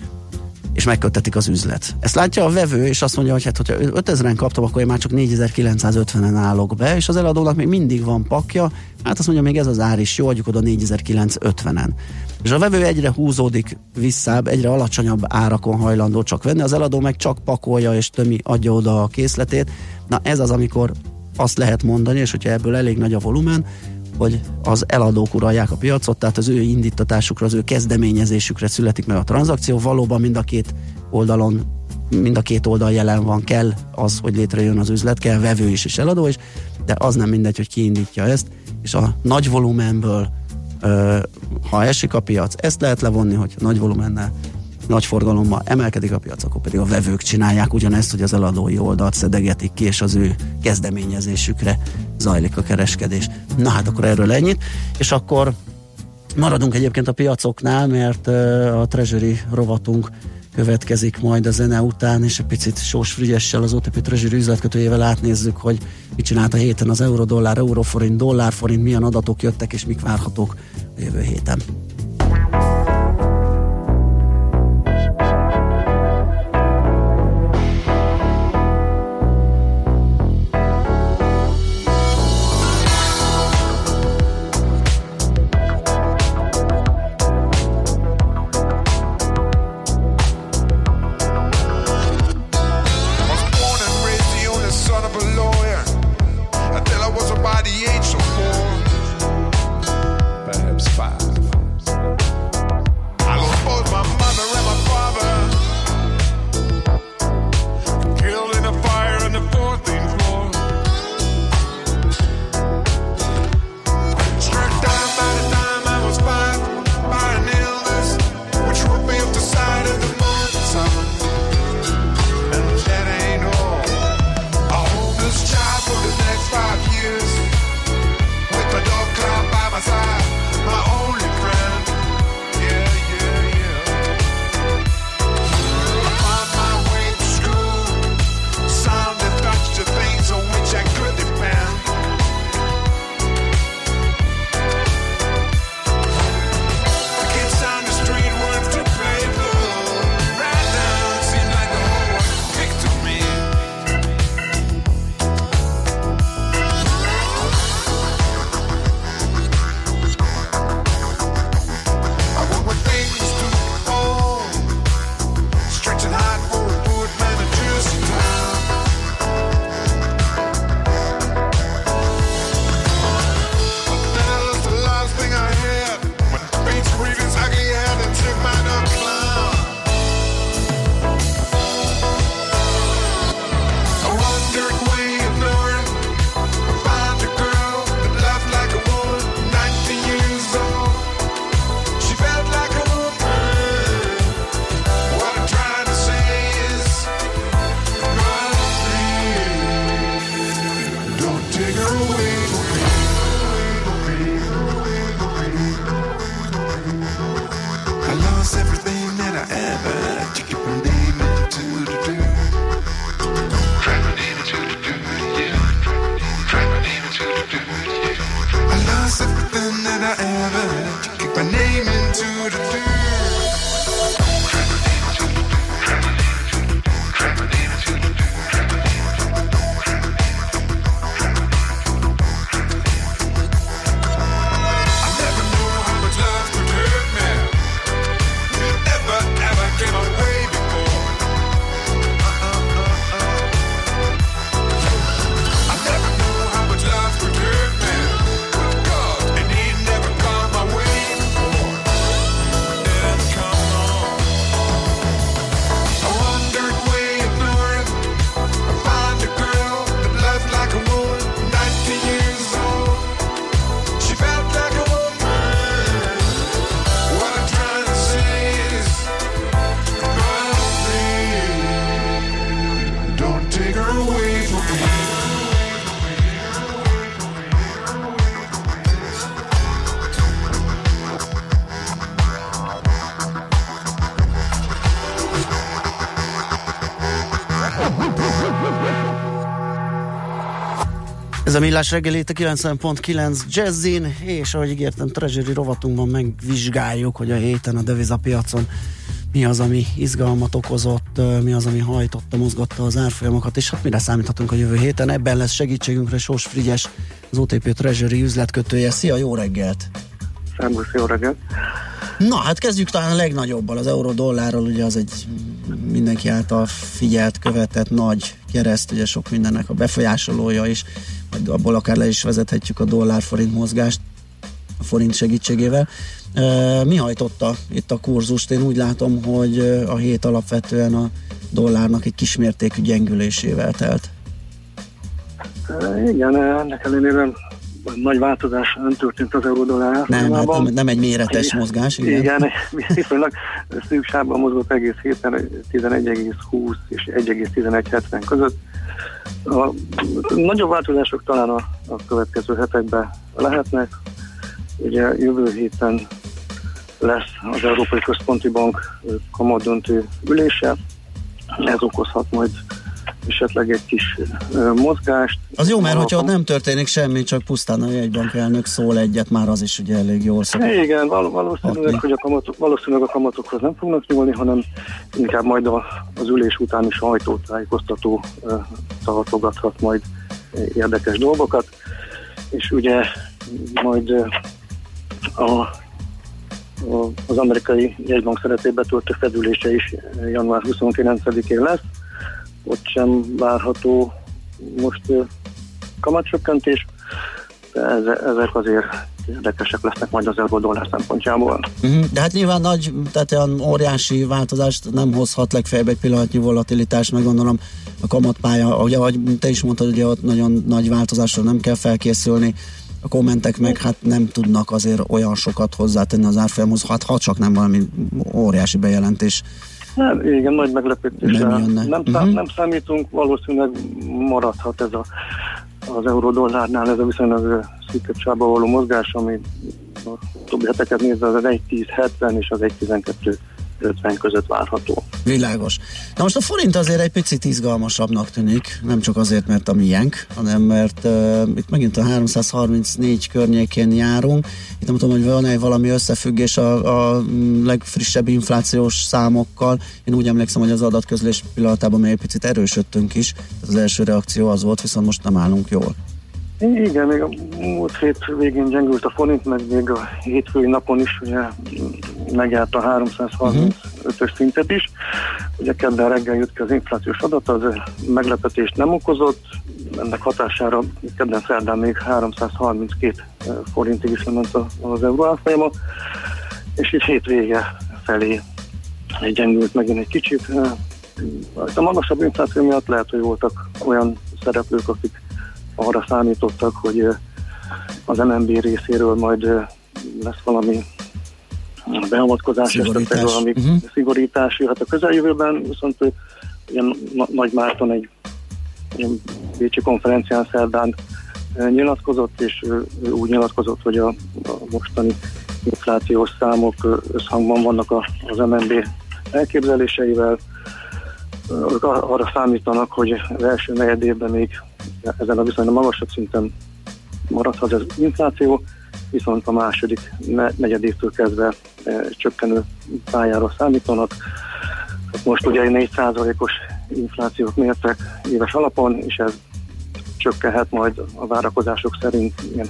és megköttetik az üzlet. Ezt látja a vevő, és azt mondja, hogy hát, hogyha 5000-en kaptam, akkor én már csak 4950-en állok be, és az eladónak még mindig van pakja, hát azt mondja, még ez az ár is jó, adjuk oda 4950-en. És a vevő egyre húzódik visszább, egyre alacsonyabb árakon hajlandó csak venni, az eladó meg csak pakolja és adja oda a készletét. Na ez az, amikor azt lehet mondani, és hogyha ebből elég nagy a volumen, hogy az eladók uralják a piacot, tehát az ő indítatásukra, az ő kezdeményezésükre születik meg a tranzakció, valóban mind a két oldal jelen van, kell az, hogy létrejön az üzlet, kell vevő is és eladó is, de az nem mindegy, hogy ki indítja ezt, és a nagy volumenből ha esik a piac, ezt lehet levonni, hogy nagy volumennel, nagy forgalommal emelkedik a piac, akkor pedig a vevők csinálják ugyanezt, hogy az eladói oldalt szedegetik ki, és az ő kezdeményezésükre zajlik a kereskedés. Na hát akkor erről ennyit, és akkor maradunk egyébként a piacoknál, mert a Treasury rovatunk következik majd a zene után, és egy picit Sós Frigyessel, az OTP Treasury üzletkötőjével átnézzük, hogy mit csinált a héten az euró-dollár, euróforint, dollárforint, milyen adatok jöttek, és mik várhatók a jövő héten. Perhaps 5. I lost everything that I ever had to kick my name into the dirt. Ez a Millás reggeli, a 90.9 Jazzin, és ahogy ígértem, Treasury rovatunkban megvizsgáljuk, hogy a héten a devizapiacon mi az, ami izgalmat okozott, mi az, ami hajtotta, mozgatta az árfolyamokat, és hát mire számíthatunk a jövő héten. Ebben lesz segítségünkre Sós Frigyes, az OTP Treasury üzletkötője. Szia, jó reggelt! Szervusz, jó reggelt! Na, hát kezdjük talán a legnagyobbal, az euró-dollárról, ugye az egy mindenki által figyelt, követett nagy kereszt, ugye sok mindennek a befolyásolója is, majd abból akár le is vezethetjük a dollár-forint mozgást a forint segítségével. Mi hajtotta itt a kurzust? Én úgy látom, hogy a hét alapvetően a dollárnak egy kismértékű gyengülésével telt. Igen, ennek ellenére nagy változás nem történt az euró-dollár. Nem egy méretes mozgás. Igen, viszonylag szűk sávban mozgott egész héten 11,20 és 1,1170 között. A nagyobb változások talán a következő hetekben lehetnek. Ugye jövő héten lesz az Európai Központi Bank kamatdöntő ülése. Ez okozhat majd esetleg egy kis mozgást. Az jó, mert hogyha ott nem történik semmi, csak pusztán a jegybank elnök szól egyet, már az is ugye elég jól szokott. Igen, valószínűleg a kamatokhoz nem fognak nyúlni, hanem inkább majd az ülés után is sajtótájékoztató tartogathat majd érdekes dolgokat, és ugye majd az amerikai jegybank szerepét betöltő fedülése is január 29-én lesz. Ott sem várható most kamatcsökkentés, de ezek azért érdekesek lesznek majd az euró-dollár szempontjából. De hát nyilván nagy, tehát olyan óriási változást nem hozhat, legfeljebb egy pillanatnyi volatilitás, meg gondolom a kamatpálya, ahogy te is mondtad, ugye ott nagyon nagy változásra nem kell felkészülni, a kommentek meg hát nem tudnak azért olyan sokat hozzátenni az árfolyamhoz, hát ha csak nem valami óriási bejelentés. Hát, igen, nagy meglepetésre nem számítunk, valószínűleg maradhat ez az euró-dollárnál ez a viszonylag szűkebb sávban való mozgás, ami a többi heteket nézve az 1.10.70 és az 1.12.50 között várható. Világos. Na most a forint azért egy picit izgalmasabbnak tűnik, nem csak azért, mert a miénk, hanem mert itt megint a 334 környékén járunk. Itt nem tudom, hogy van-e valami összefüggés a legfrissebb inflációs számokkal. Én úgy emlékszem, hogy az adatközlés pillanatában még egy picit erősödtünk is. Az első reakció az volt, viszont most nem állunk jól. Igen, még a múlt hét végén gyengült a forint, meg még a hétfői napon is ugye megjárt a 335-ös szintet is. Ugye kedden reggel jött ki az inflációs adat, az meglepetést nem okozott, ennek hatására kedden szerdán még 332 forintig is lement az euró árfolyama, és így hétvége felé gyengült megint egy kicsit. A magasabb infláció miatt lehet, hogy voltak olyan szereplők, akik arra számítottak, hogy az MNB részéről majd lesz valami beavatkozás, esetleg valami szigorítás jöhet a közeljövőben, viszont ilyen Nagy Márton egy bécsi konferencián szerdán nyilatkozott, és úgy nyilatkozott, hogy a mostani inflációs számok összhangban vannak az MNB elképzeléseivel. Arra számítanak, hogy az első negyedévben még ezen a viszonylag magasabb szinten maradhat az infláció, viszont a második negyedévtől kezdve csökkenő pályára számítanak. Most ugye 4%-os inflációt mértek éves alapon, és ez csökkenhet majd a várakozások szerint ilyen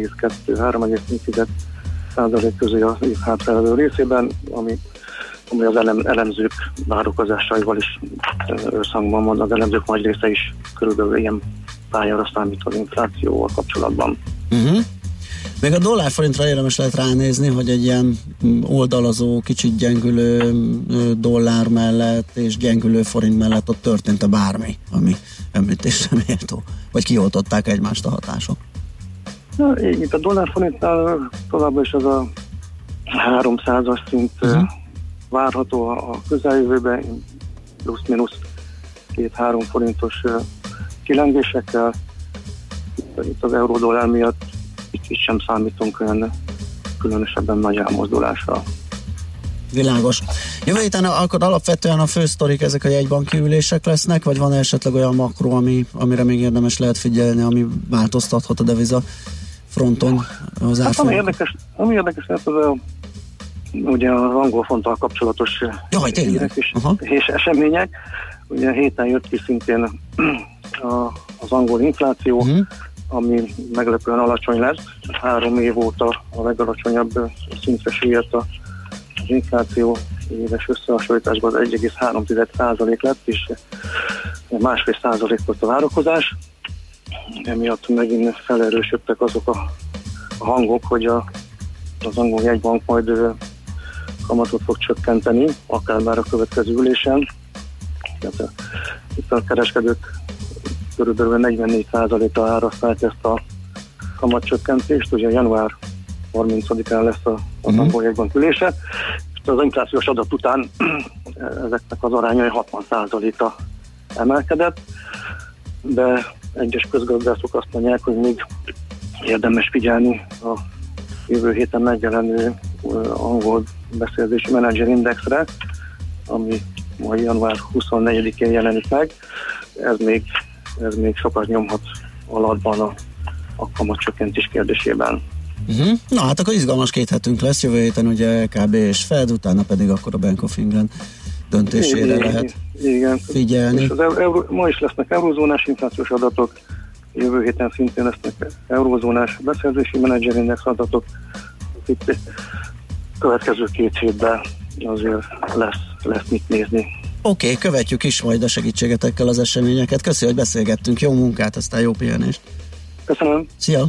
3,2-3,4% közé az év hátralévő részében, ami az elemzők várakozásaival is összhangban van, az elemzők nagy része is körülbelül ilyen pályára számít az inflációval kapcsolatban. Még a dollár-forintra érdemes lehet ránézni, hogy egy ilyen oldalazó, kicsit gyengülő dollár mellett és gyengülő forint mellett ott történt-e bármi, ami említésre méltó? Vagy kioltották egymást a hatások? Itt a dollár-forintnál továbbra is az a 300-as szint várható a közeljövőben, plusz-minusz 2-3 forintos kilengésekkel. Itt az euró-dollár miatt itt sem számítunk olyan különösebben nagy elmozdulásra. Világos. Jövő héten akkor alapvetően a fő sztorik ezek a jegybanki ülések lesznek, vagy van esetleg olyan makro, amire még érdemes lehet figyelni, ami változtathat a deviza fronton az árfolyamon? Ami érdekes lehet, az ugye az angol fonttal kapcsolatos hírek és események. Ugye héten jött ki szintén az angol infláció, ami meglepően alacsony lesz. 3 év óta a legalacsonyabb szintre süllyedt az infláció, éves összehasonlításban az 1,3% lett, és 1,5% volt a várakozás. Emiatt megint felerősödtek azok a hangok, hogy az angol jegybank majd kamatot fog csökkenteni, akár már a következő ülésen. Itt a kereskedők körülbelül 44%-a árasztják ezt a kamatcsökkentést, ugye január 30-án lesz az angol jegybank ülése. Az inflációs adat után ezeknek az arányai 60%-a emelkedett, de egyes közgazdászok azt mondják, hogy még érdemes figyelni a jövő héten megjelenő angol beszerzési menedzserindexre, ami majd január 24-én jelenik meg. Ez még sokat nyomhat alatban a kamatcsökkentés kérdésében. Na hát akkor izgalmas 2 hetünk lesz, jövő héten ugye LKB és Fed, utána pedig akkor a Bank of England döntésére lehet figyelni. És ma is lesznek eurozónás inflációs adatok, jövő héten szintén lesznek eurozónás beszerzési menedzserindex adatok. Itt következő 2 hétben azért lesz mit nézni. Oké, követjük is majd a segítségetekkel az eseményeket. Köszönjük, hogy beszélgettünk. Jó munkát, aztán jó pihenést. Köszönöm. Szia!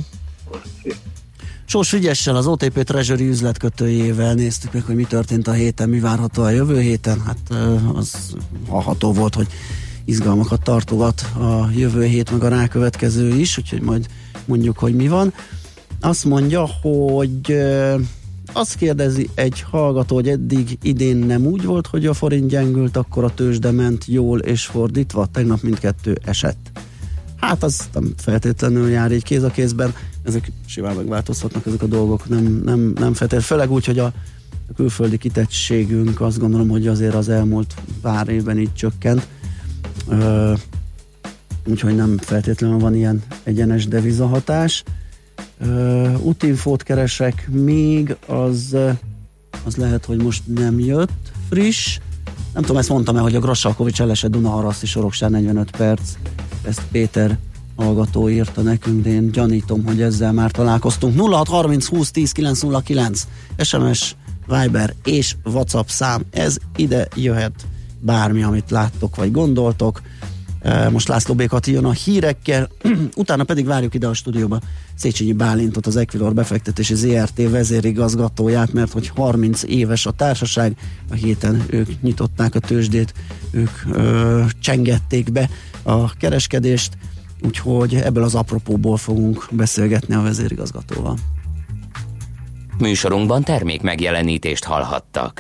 Sós Frigyessel, az OTP Treasury üzletkötőjével néztük meg, hogy mi történt a héten, mi várható a jövő héten. Hát az hallható volt, hogy izgalmakat tartogat a jövő hét, meg a rákövetkező is, úgyhogy majd mondjuk, hogy mi van. Azt mondja, hogy azt kérdezi egy hallgató, hogy eddig idén nem úgy volt, hogy a forint gyengült, akkor a tőzsde ment jól és fordítva, tegnap mindkettő esett. Hát az nem feltétlenül jár így kéz a kézben, ezek simán megváltozhatnak ezek a dolgok, nem feltétlenül, főleg úgy, hogy a külföldi kitettségünk azt gondolom, hogy azért az elmúlt pár évben így csökkent, úgyhogy nem feltétlenül van ilyen egyenes devizahatás. Útinfót keresek még, az lehet, hogy most nem jött friss. Nem tudom, ezt mondtam-e, hogy a Grassalkovics elesett Dunaharaszti Sorokság 45 perc. Ezt Péter hallgató írta nekünk, de én gyanítom, hogy ezzel már találkoztunk. 0630 20 10 909 SMS, Viber és WhatsApp szám. Ez ide jöhet bármi, amit láttok vagy gondoltok. Most László B. Kati jön a hírekkel, utána pedig várjuk ide a stúdióba Széchenyi Bálintot, az Equilor befektetési ZRT vezérigazgatóját, mert hogy 30 éves a társaság, a héten ők nyitották a tőzsdét, ők csengették be a kereskedést, úgyhogy ebből az apropóból fogunk beszélgetni a vezérigazgatóval. Műsorunkban termék megjelenítést hallhattak.